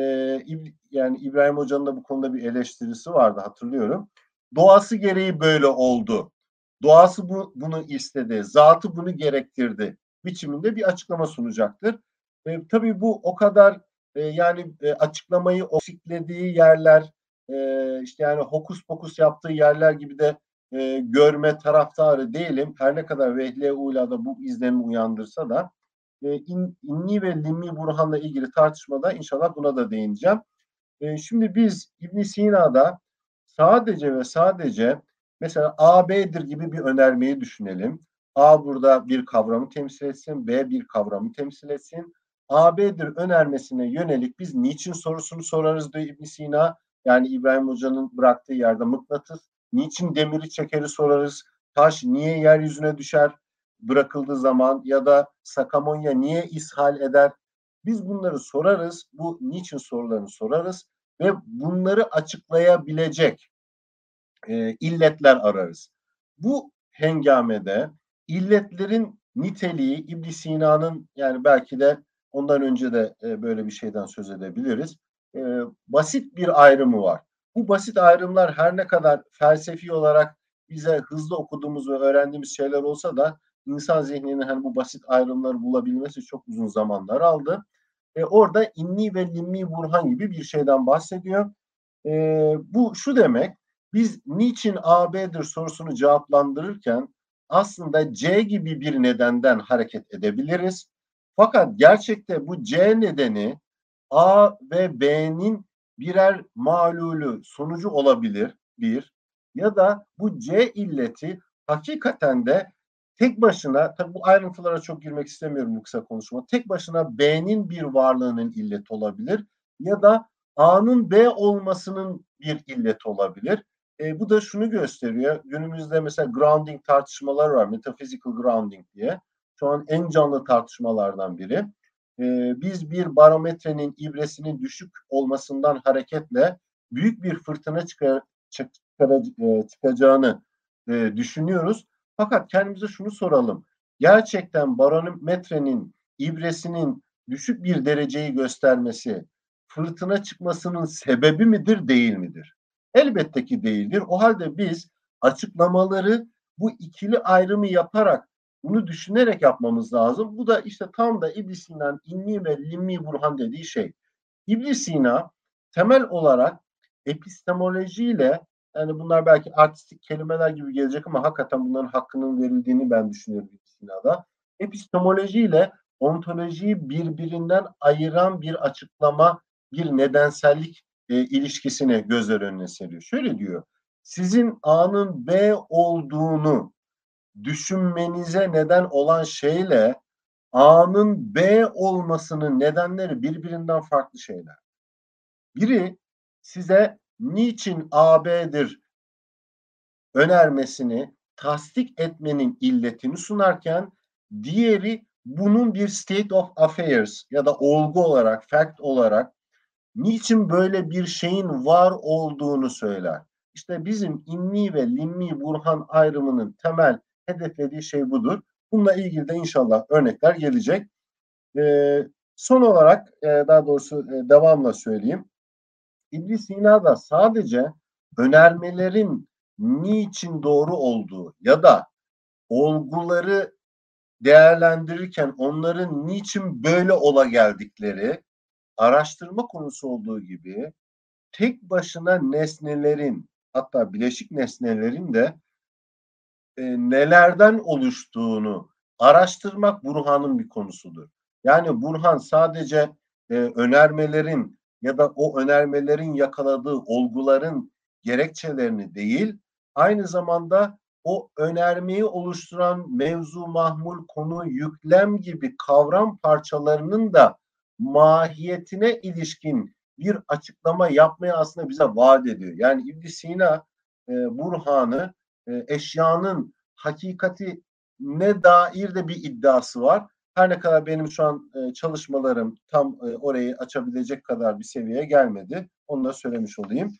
yani İbrahim Hoca'nın da bu konuda bir eleştirisi vardı, hatırlıyorum. Doğası gereği böyle oldu. Doğası bunu istedi. Zatı bunu gerektirdi biçiminde bir açıklama sunacaktır. Tabii bu o kadar yani açıklamayı oksiklediği yerler, işte yani hokus pokus yaptığı yerler gibi de görme taraftarı değilim. Her ne kadar Vehliye Ula'da bu izlenimi uyandırsa da İnni ve Limmi Burhan'la ilgili tartışmada inşallah buna da değineceğim. Şimdi biz İbn Sina'da sadece ve sadece mesela A, B'dir gibi bir önermeyi düşünelim. A burada bir kavramı temsil etsin, B bir kavramı temsil etsin. A'B'dir önermesine yönelik biz niçin sorusunu sorarız diyor İbn Sina. Yani İbrahim Hoca'nın bıraktığı yerde mıknatıs. Niçin demiri çekeri sorarız. Taş niye yeryüzüne düşer bırakıldığı zaman ya da Sakamonya niye ishal eder? Biz bunları sorarız. Bu niçin sorularını sorarız ve bunları açıklayabilecek illetler ararız. Bu hengamede illetlerin niteliği İbn Sina'nın, yani belki de ondan önce de böyle bir şeyden söz edebiliriz. Basit bir ayrımı var. Bu basit ayrımlar her ne kadar felsefi olarak bize hızlı okuduğumuz ve öğrendiğimiz şeyler olsa da insan zihninin hani bu basit ayrımları bulabilmesi çok uzun zamanlar aldı. Orada inni ve limmi burhan gibi bir şeyden bahsediyor. Bu şu demek, biz niçin AB'dir sorusunu cevaplandırırken aslında C gibi bir nedenden hareket edebiliriz. Fakat gerçekte bu C nedeni A ve B'nin birer malulü, sonucu olabilir bir. Ya da bu C illeti hakikaten de tek başına, tabii bu ayrıntılara çok girmek istemiyorum bu kısa konuşma, tek başına B'nin bir varlığının illeti olabilir. Ya da A'nın B olmasının bir illeti olabilir. Bu da şunu gösteriyor. Günümüzde mesela grounding tartışmaları var. Metaphysical grounding diye. Şu an en canlı tartışmalardan biri. Biz bir barometrenin ibresinin düşük olmasından hareketle büyük bir fırtına çıkacağını düşünüyoruz. Fakat kendimize şunu soralım. Gerçekten barometrenin ibresinin düşük bir dereceyi göstermesi fırtına çıkmasının sebebi midir, değil midir? Elbette ki değildir. O halde biz açıklamaları bu ikili ayrımı yaparak, bunu düşünerek yapmamız lazım. Bu da işte tam da İbn Sina'nın inni ve limmi burhan dediği şey. İbn Sina temel olarak epistemolojiyle, yani bunlar belki artistik kelimeler gibi gelecek ama hakikaten bunların hakkının verildiğini ben düşünüyorum İbn Sina'da. Epistemolojiyle ontolojiyi birbirinden ayıran bir açıklama, bir nedensellik ilişkisini gözler önüne seriyor. Şöyle diyor, sizin A'nın B olduğunu düşünmenize neden olan şeyle A'nın B olmasının nedenleri birbirinden farklı şeyler. Biri size niçin AB'dir önermesini tasdik etmenin illetini sunarken, diğeri bunun bir state of affairs ya da olgu olarak, fact olarak niçin böyle bir şeyin var olduğunu söyler. İşte bizim inni ve limmi burhan ayrımının temel hedeflediği şey budur. Bununla ilgili de inşallah örnekler gelecek. Son olarak daha doğrusu devamla söyleyeyim. İbn Sina'da sadece önermelerin niçin doğru olduğu ya da olguları değerlendirirken onların niçin böyle ola geldikleri araştırma konusu olduğu gibi, tek başına nesnelerin, hatta bileşik nesnelerin de nelerden oluştuğunu araştırmak Burhan'ın bir konusudur. Yani Burhan sadece önermelerin ya da o önermelerin yakaladığı olguların gerekçelerini değil, aynı zamanda o önermeyi oluşturan mevzu, mahmul, konu, yüklem gibi kavram parçalarının da mahiyetine ilişkin bir açıklama yapmayı aslında bize vaat ediyor. Yani İbn Sina Burhan'ı eşyanın hakikatine dair de bir iddiası var. Her ne kadar benim şu an çalışmalarım tam orayı açabilecek kadar bir seviyeye gelmedi. Onu da söylemiş olayım.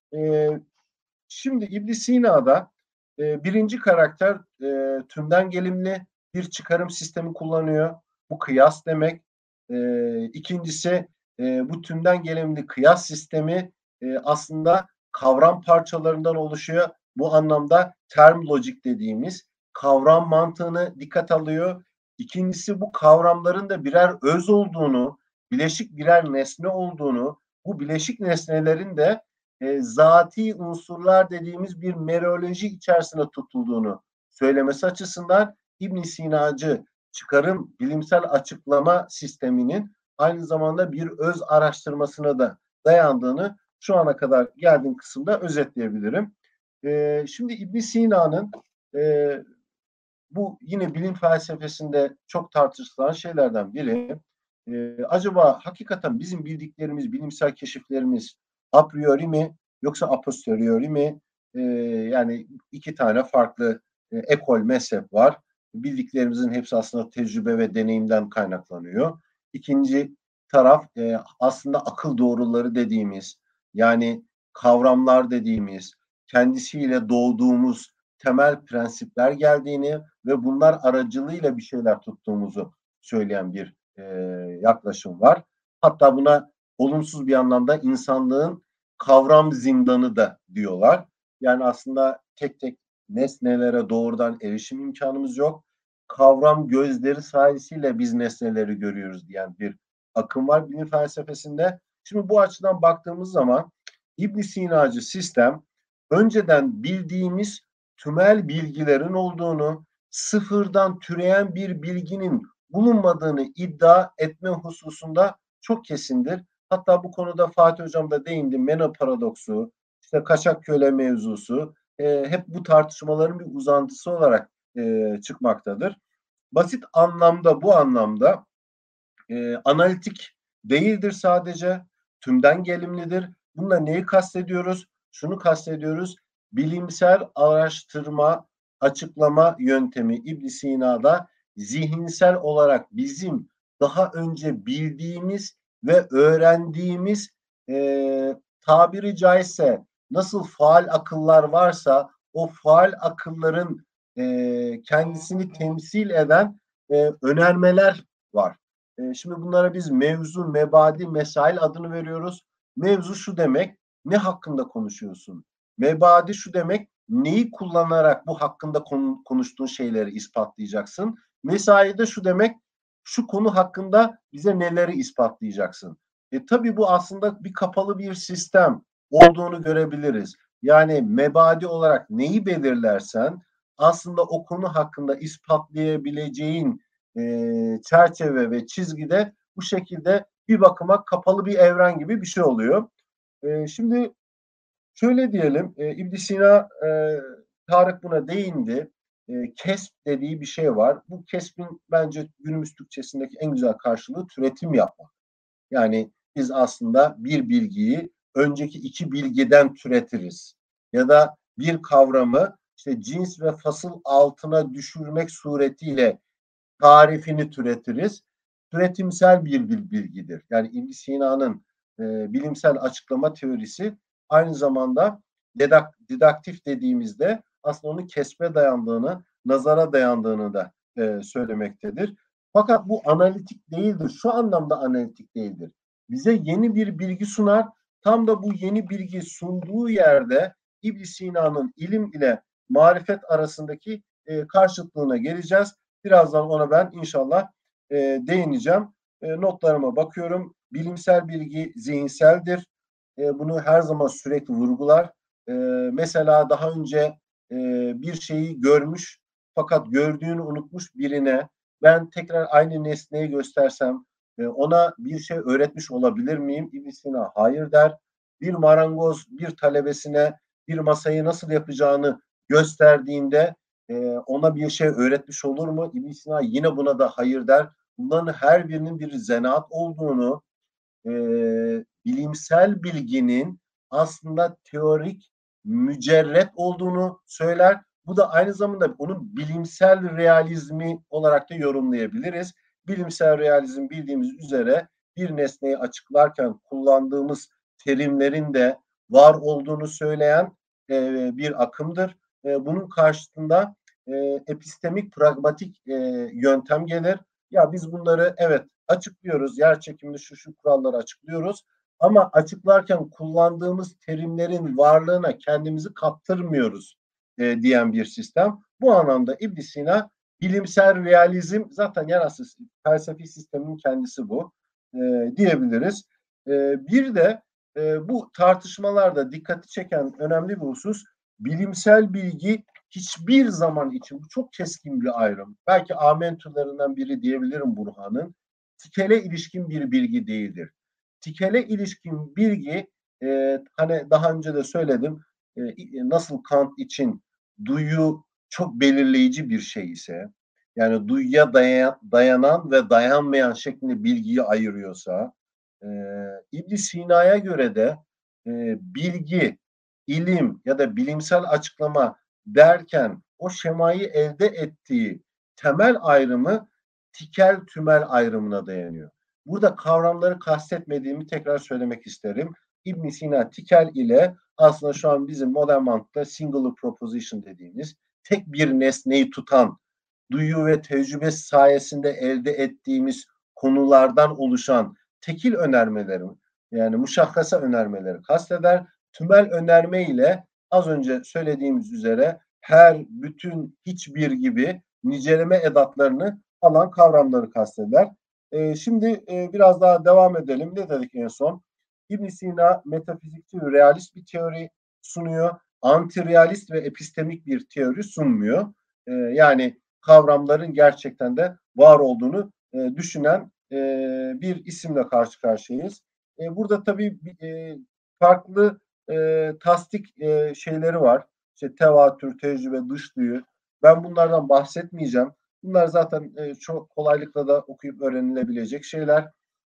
Şimdi İbn Sina'da birinci karakter tümden gelimli bir çıkarım sistemi kullanıyor. Bu kıyas demek. İkincisi bu tümden gelimli kıyas sistemi aslında kavram parçalarından oluşuyor. Bu anlamda term logic dediğimiz kavram mantığını dikkat alıyor. İkincisi bu kavramların da birer öz olduğunu, bileşik birer nesne olduğunu, bu bileşik nesnelerin de zati unsurlar dediğimiz bir mereoloji içerisinde tutulduğunu söylemesi açısından İbn Sinacı çıkarım bilimsel açıklama sisteminin aynı zamanda bir öz araştırmasına da dayandığını şu ana kadar geldiğim kısımda özetleyebilirim. Şimdi İbn Sina'nın bu yine bilim felsefesinde çok tartışılan şeylerden biri, acaba hakikaten bizim bildiklerimiz, bilimsel keşiflerimiz a priori mi yoksa a posteriori mi? Yani iki tane farklı ekol, mezhep var. Bildiklerimizin hepsi aslında tecrübe ve deneyimden kaynaklanıyor. İkinci taraf aslında akıl doğruları dediğimiz, yani kavramlar dediğimiz, kendisiyle doğduğumuz temel prensipler geldiğini ve bunlar aracılığıyla bir şeyler tuttuğumuzu söyleyen bir yaklaşım var. Hatta buna olumsuz bir anlamda insanlığın kavram zindanı da diyorlar. Yani aslında tek tek nesnelere doğrudan erişim imkanımız yok. Kavram gözleri sayesinde biz nesneleri görüyoruz diyen bir akım var bilim felsefesinde. Şimdi bu açıdan baktığımız zaman İbn Sinacı sistem önceden bildiğimiz tümel bilgilerin olduğunu, sıfırdan türeyen bir bilginin bulunmadığını iddia etme hususunda çok kesindir. Hatta bu konuda Fatih Hocam da değindi. Meno paradoksu, işte kaçak köle mevzusu hep bu tartışmaların bir uzantısı olarak çıkmaktadır. Basit anlamda, bu anlamda analitik değildir sadece, tümden gelimlidir. Bununla neyi kastediyoruz? Şunu kastediyoruz. Bilimsel araştırma, açıklama yöntemi İbn Sina'da zihinsel olarak bizim daha önce bildiğimiz ve öğrendiğimiz tabiri caizse nasıl faal akıllar varsa o faal akılların kendisini temsil eden önermeler var. Şimdi bunlara biz mevzu, mebadi, mesail adını veriyoruz. Mevzu şu demek, ne hakkında konuşuyorsun? Mebadi şu demek, neyi kullanarak bu hakkında konuştuğun şeyleri ispatlayacaksın? Mesai de şu demek, şu konu hakkında bize neleri ispatlayacaksın? Tabii bu aslında bir kapalı bir sistem olduğunu görebiliriz. Yani mebadi olarak neyi belirlersen aslında o konu hakkında ispatlayabileceğin çerçeve ve çizgide bu şekilde bir bakıma kapalı bir evren gibi bir şey oluyor. Şimdi şöyle diyelim, İbn Sina, Tarık buna değindi. Kesp dediği bir şey var. Bu kesbin bence günümüz Türkçesindeki en güzel karşılığı türetim yapmak. Yani biz aslında bir bilgiyi önceki iki bilgiden türetiriz. Ya da bir kavramı işte cins ve fasıl altına düşürmek suretiyle tarifini türetiriz. Türetimsel bir bilgidir. Yani İbn Sina'nın bilimsel açıklama teorisi aynı zamanda didaktif dediğimizde aslında onun kesbe dayandığını, nazara dayandığını da söylemektedir. Fakat bu analitik değildir. Şu anlamda analitik değildir. Bize yeni bir bilgi sunar. Tam da bu yeni bilgi sunduğu yerde İbn Sina'nın ilim ile marifet arasındaki karşıtlığına geleceğiz. Birazdan ona ben inşallah değineceğim. Notlarıma bakıyorum. Bilimsel bilgi zihinseldir. Bunu her zaman sürekli vurgular. Mesela daha önce bir şeyi görmüş fakat gördüğünü unutmuş birine ben tekrar aynı nesneyi göstersem ona bir şey öğretmiş olabilir miyim? İbn Sina hayır der. Bir marangoz bir talebesine bir masayı nasıl yapacağını gösterdiğinde ona bir şey öğretmiş olur mu? İbn Sina yine buna da hayır der. Bunların her birinin bir zanaat olduğunu, bilimsel bilginin aslında teorik, mücerret olduğunu söyler. Bu da aynı zamanda onun bilimsel realizmi olarak da yorumlayabiliriz. Bilimsel realizm bildiğimiz üzere bir nesneyi açıklarken kullandığımız terimlerin de var olduğunu söyleyen bir akımdır. Bunun karşısında epistemik, pragmatik yöntem gelir. Ya biz bunları evet açıklıyoruz, yer çekiminde şu kuralları açıklıyoruz ama açıklarken kullandığımız terimlerin varlığına kendimizi kaptırmıyoruz diyen bir sistem. Bu anlamda İbn Sina bilimsel realizm zaten yarası felsefi sistemin kendisi bu diyebiliriz. Bir de bu tartışmalarda dikkati çeken önemli bir husus bilimsel bilgi hiçbir zaman için bu çok keskin bir ayrım. Belki amentüllerinden biri diyebilirim Burhan'ın. Tikele ilişkin bir bilgi değildir. Tikele ilişkin bilgi hani daha önce de söyledim nasıl Kant için duyu çok belirleyici bir şey ise yani duyuya dayanan ve dayanmayan şeklinde bilgiyi ayırıyorsa, İbn Sina'ya göre de bilgi, ilim ya da bilimsel açıklama derken o şemayı elde ettiği temel ayrımı tikel tümel ayrımına dayanıyor. Burada kavramları kastetmediğimi tekrar söylemek isterim. İbn Sina tikel ile aslında şu an bizim modern mantıkta singular proposition dediğimiz tek bir nesneyi tutan, duyu ve tecrübe sayesinde elde ettiğimiz konulardan oluşan tekil önermeleri, yani muşakkasa önermeleri kasteder. Tümel önerme ile az önce söylediğimiz üzere her, bütün, hiçbir gibi niceleme edatlarını alan kavramları kasteder. Şimdi biraz daha devam edelim. Ne dedik en son? İbn Sina metafizikçi ve realist bir teori sunuyor. Anti-realist ve epistemik bir teori sunmuyor. Yani kavramların gerçekten de var olduğunu düşünen bir isimle karşı karşıyayız. Burada tabii farklı tasdik şeyleri var. İşte tevatür, tecrübe, dışduyu. Ben bunlardan bahsetmeyeceğim. Bunlar zaten çok kolaylıkla da okuyup öğrenilebilecek şeyler.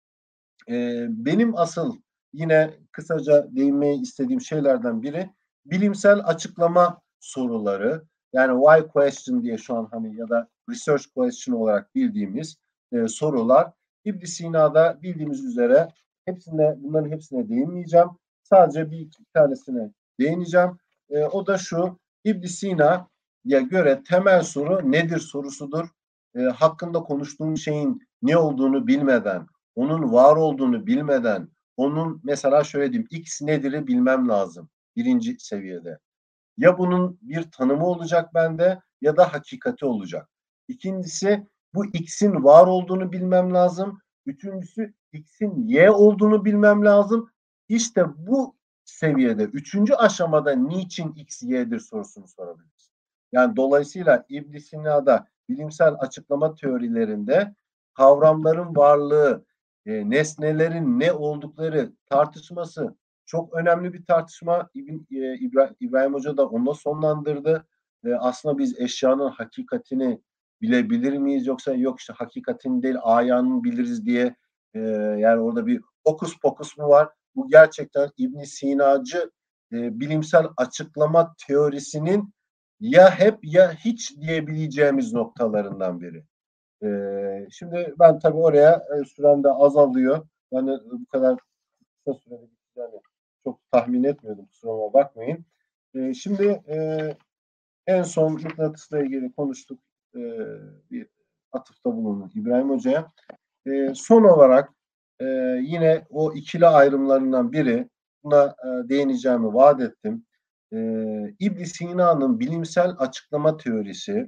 Benim asıl yine kısaca değinmeyi istediğim şeylerden biri bilimsel açıklama soruları. Yani why question diye şu an hani ya da research question olarak bildiğimiz sorular. İbn Sina'da bildiğimiz üzere bunların hepsine değinmeyeceğim. Sadece bir iki tanesine değineceğim. O da şu: İbn Sina'ya göre temel soru nedir sorusudur. Hakkında konuştuğum şeyin ne olduğunu bilmeden, onun var olduğunu bilmeden, onun mesela şöyle diyeyim, X nedir'i bilmem lazım birinci seviyede. Ya bunun bir tanımı olacak bende ya da hakikati olacak. İkincisi, bu X'in var olduğunu bilmem lazım. Üçüncüsü, X'in Y olduğunu bilmem lazım. İşte bu seviyede, üçüncü aşamada niçin X, Y'dir sorusunu sorabiliriz. Yani dolayısıyla İbn Sina'da bilimsel açıklama teorilerinde kavramların varlığı, nesnelerin ne oldukları tartışması çok önemli bir tartışma. İbrahim Hoca da onunla sonlandırdı. Aslında biz eşyanın hakikatini bilebilir miyiz, yoksa yok işte hakikatini değil ayanını biliriz diye yani orada bir hokus pokus mu var? Bu gerçekten İbn Sinacı bilimsel açıklama teorisinin ya hep ya hiç diyebileceğimiz noktalarından biri. Şimdi ben tabii oraya sürem de azalıyor. Yani bu kadar kısa sürede yani çok tahmin etmiyordum, kusuruma bakmayın. Şimdi en son mıknatısla ilgili konuştuk. Bir atıfta bulundum İbrahim Hoca'ya. Son olarak yine o ikili ayrımlarından biri, buna değineceğimi vaat ettim. İbn Sina'nın bilimsel açıklama teorisi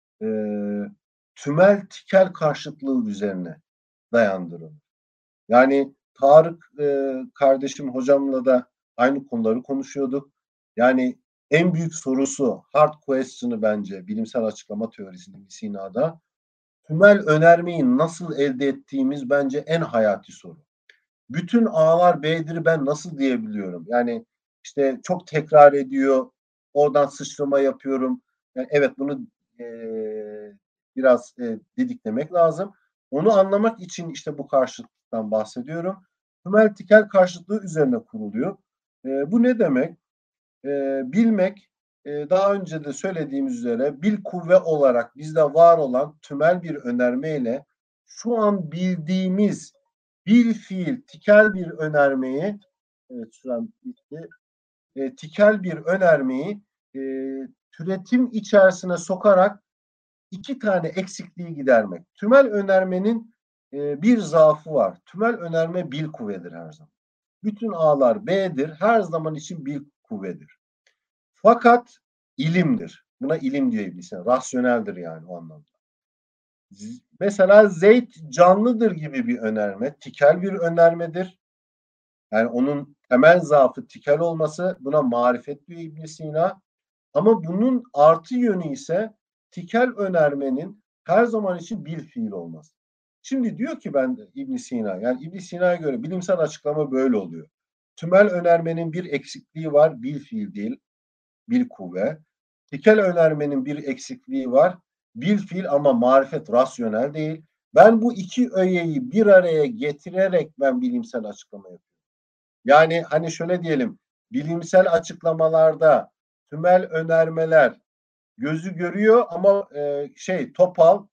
tümel tikel karşıtlığı üzerine dayandırılır. Yani Tarık kardeşim hocamla da aynı konuları konuşuyorduk. Yani en büyük sorusu, hard question'ı bence bilimsel açıklama teorisinin Sina'da tümel önermeyi nasıl elde ettiğimiz bence en hayati soru. Bütün A'lar B'dir ben nasıl diyebiliyorum? Yani işte çok tekrar ediyor, oradan sıçrama yapıyorum. Yani evet, bunu biraz didiklemek lazım. Onu anlamak için işte bu karşıtlıktan bahsediyorum. Tümel tikel karşıtlığı üzerine kuruluyor. Bu ne demek? Bilmek, daha önce de söylediğimiz üzere bil kuvve olarak bizde var olan tümel bir önermeyle şu an bildiğimiz bil fiil tikel bir önermeyi, evet şu an bitti, tikel bir önermeyi türetim içerisine sokarak iki tane eksikliği gidermek. Tümel önermenin bir zaafı var. Tümel önerme bil kuvvedir her zaman. Bütün A'lar B'dir. Her zaman için bil kuvvedir. Fakat ilimdir. Buna ilim diyor İbn Sina. Rasyoneldir yani o anlamda. Mesela Zeyd canlıdır gibi bir önerme. Tikel bir önermedir. Yani onun temel zaafı tikel olması, buna marifet diyor İbn Sina. Ama bunun artı yönü ise tikel önermenin her zaman için bil fiil olması. Şimdi diyor ki ben İbn Sina, yani İbn Sina'ya göre bilimsel açıklama böyle oluyor. Tümel önermenin bir eksikliği var, bil fiil değil, bil kuvve. Tikel önermenin bir eksikliği var, bilfil ama marifet rasyonel değil. Ben bu iki öğeyi bir araya getirerek ben bilimsel açıklama yapıyorum. Yani hani şöyle diyelim, bilimsel açıklamalarda tümel önermeler gözü görüyor ama topal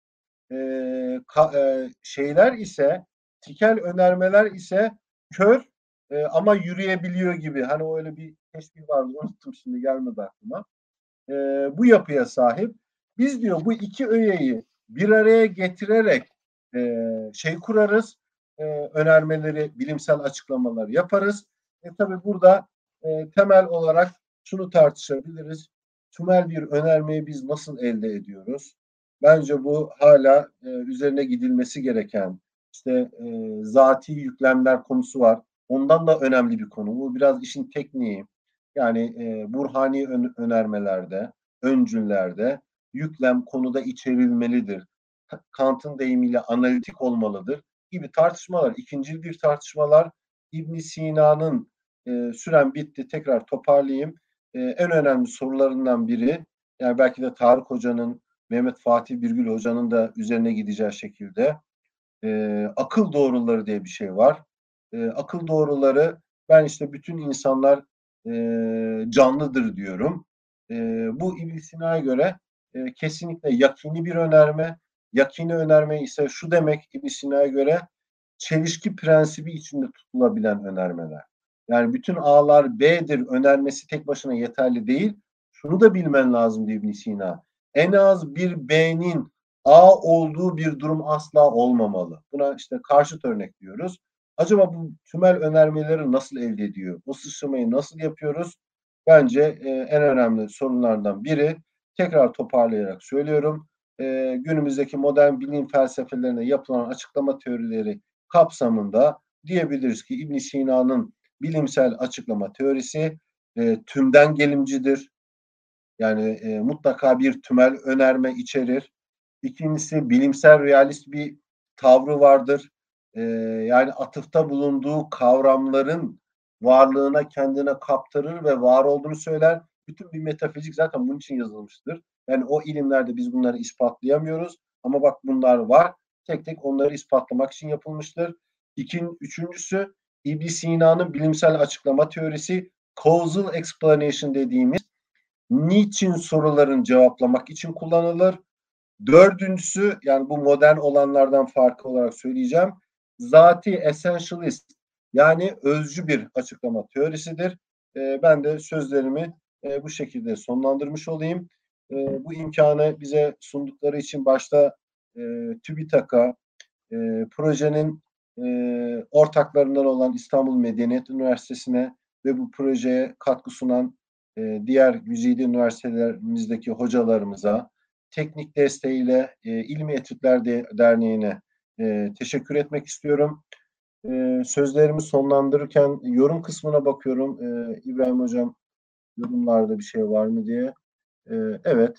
şeyler ise, tikel önermeler ise kör ama yürüyebiliyor gibi. Hani öyle bir teşbih vardı, unuttum şimdi, gelmedi aklıma. Bu yapıya sahip. Biz diyor bu iki öğeyi bir araya getirerek kurarız. Önermeleri, bilimsel açıklamalar yaparız. Tabii burada temel olarak şunu tartışabiliriz. Tümel bir önermeyi biz nasıl elde ediyoruz? Bence bu hala üzerine gidilmesi gereken, zati yüklemler konusu var. Ondan da önemli bir konu. Bu biraz işin tekniği. Yani burhani önermelerde, öncüllerde yüklem konuda içerilmelidir. Kant'ın deyimiyle analitik olmalıdır gibi tartışmalar, ikincil bir tartışmalar. İbn Sina'nın süren bitti, tekrar toparlayayım. En önemli sorularından biri, yani belki de Tarık Hoca'nın, Mehmet Fatih Birgül Hoca'nın da üzerine gideceği şekilde akıl doğruları diye bir şey var. Akıl doğruları, ben bütün insanlar canlıdır diyorum. Bu İbn Sina'ya göre kesinlikle yakini bir önerme. Yakini önerme ise şu demek İbn Sina'ya göre, çelişki prensibi içinde tutulabilen önermeler. Yani bütün A'lar B'dir önermesi tek başına yeterli değil. Şunu da bilmen lazım diyor İbn Sina. En az bir B'nin A olduğu bir durum asla olmamalı. Buna karşıt örnek diyoruz. Acaba bu tümel önermeleri nasıl elde ediyor? Bu sıçramayı nasıl yapıyoruz? Bence en önemli sorunlardan biri, tekrar toparlayarak söylüyorum, günümüzdeki modern bilim felsefelerine yapılan açıklama teorileri kapsamında diyebiliriz ki İbn Sina'nın bilimsel açıklama teorisi tümden gelimcidir. Yani mutlaka bir tümel önerme içerir. İkincisi, bilimsel realist bir tavrı vardır. Yani atıfta bulunduğu kavramların varlığına kendine kaptırır ve var olduğunu söyler. Bütün bir metafizik zaten bunun için yazılmıştır. Yani o ilimlerde biz bunları ispatlayamıyoruz ama bak bunlar var. Tek tek onları ispatlamak için yapılmıştır. Üçüncüsü, İbn Sina'nın bilimsel açıklama teorisi, causal explanation dediğimiz, niçin soruların cevaplamak için kullanılır. Dördüncüsü, yani bu modern olanlardan farklı olarak söyleyeceğim, zati essentialist, yani özcü bir açıklama teorisidir. Ben de sözlerimi bu şekilde sonlandırmış olayım. Bu imkanı bize sundukları için başta TÜBİTAK'a, projenin ortaklarından olan İstanbul Medeniyet Üniversitesi'ne ve bu projeye katkı sunan diğer güzide üniversitelerimizdeki hocalarımıza, teknik desteğiyle İlmi Etütler Derneği'ne teşekkür etmek istiyorum. Sözlerimi sonlandırırken yorum kısmına bakıyorum. İbrahim Hocam, yorumlarda bir şey var mı diye. Evet,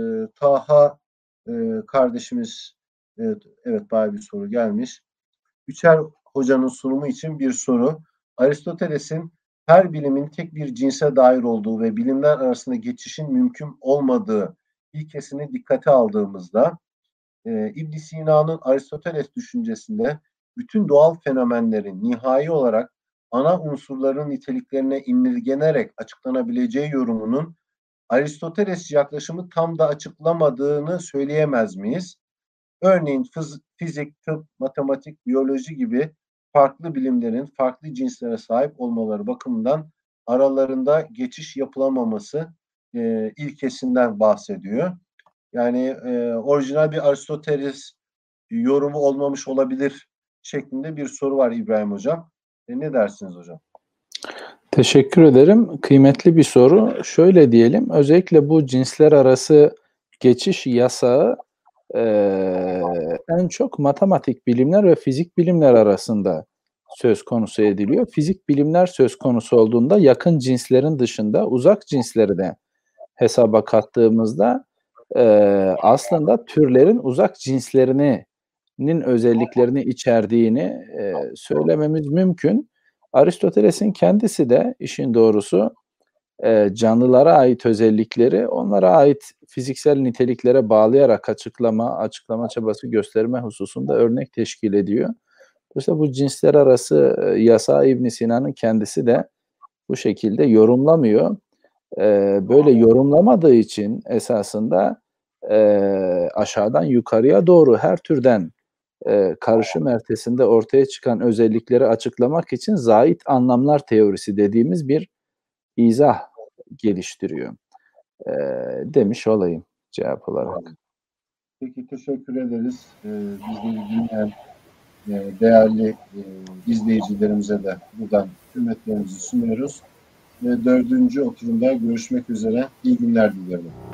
Taha kardeşimiz, evet, bayağı bir soru gelmiş. Üçer Hoca'nın sunumu için bir soru. Aristoteles'in her bilimin tek bir cinse dair olduğu ve bilimler arasında geçişin mümkün olmadığı ilkesini dikkate aldığımızda İbn Sina'nın Aristoteles düşüncesinde bütün doğal fenomenlerin nihai olarak ana unsurların niteliklerine indirgenerek açıklanabileceği yorumunun Aristoteles yaklaşımı tam da açıklamadığını söyleyemez miyiz? Örneğin fizik, tıp, matematik, biyoloji gibi farklı bilimlerin farklı cinslere sahip olmaları bakımından aralarında geçiş yapılamaması ilkesinden bahsediyor. Yani orijinal bir Aristoteles yorumu olmamış olabilir şeklinde bir soru var İbrahim Hocam. Ne dersiniz hocam? Teşekkür ederim. Kıymetli bir soru. Şöyle diyelim, özellikle bu cinsler arası geçiş yasağı en çok matematik bilimler ve fizik bilimler arasında söz konusu ediliyor. Fizik bilimler söz konusu olduğunda yakın cinslerin dışında uzak cinsleri de hesaba kattığımızda aslında türlerin uzak cinslerinin özelliklerini içerdiğini söylememiz mümkün. Aristoteles'in kendisi de işin doğrusu canlılara ait özellikleri onlara ait fiziksel niteliklere bağlayarak açıklama çabası gösterme hususunda örnek teşkil ediyor. Dolayısıyla bu cinsler arası yasağı İbn Sina'nın kendisi de bu şekilde yorumlamıyor. Böyle yorumlamadığı için esasında aşağıdan yukarıya doğru her türden karışım ertesinde ortaya çıkan özellikleri açıklamak için zait anlamlar teorisi dediğimiz bir izah geliştiriyor. Demiş olayım cevap olarak. Peki, teşekkür ederiz. Bizleri dinleyen değerli izleyicilerimize de buradan hürmetlerimizi sunuyoruz. Ve 4. oturumda görüşmek üzere. İyi günler diliyorum.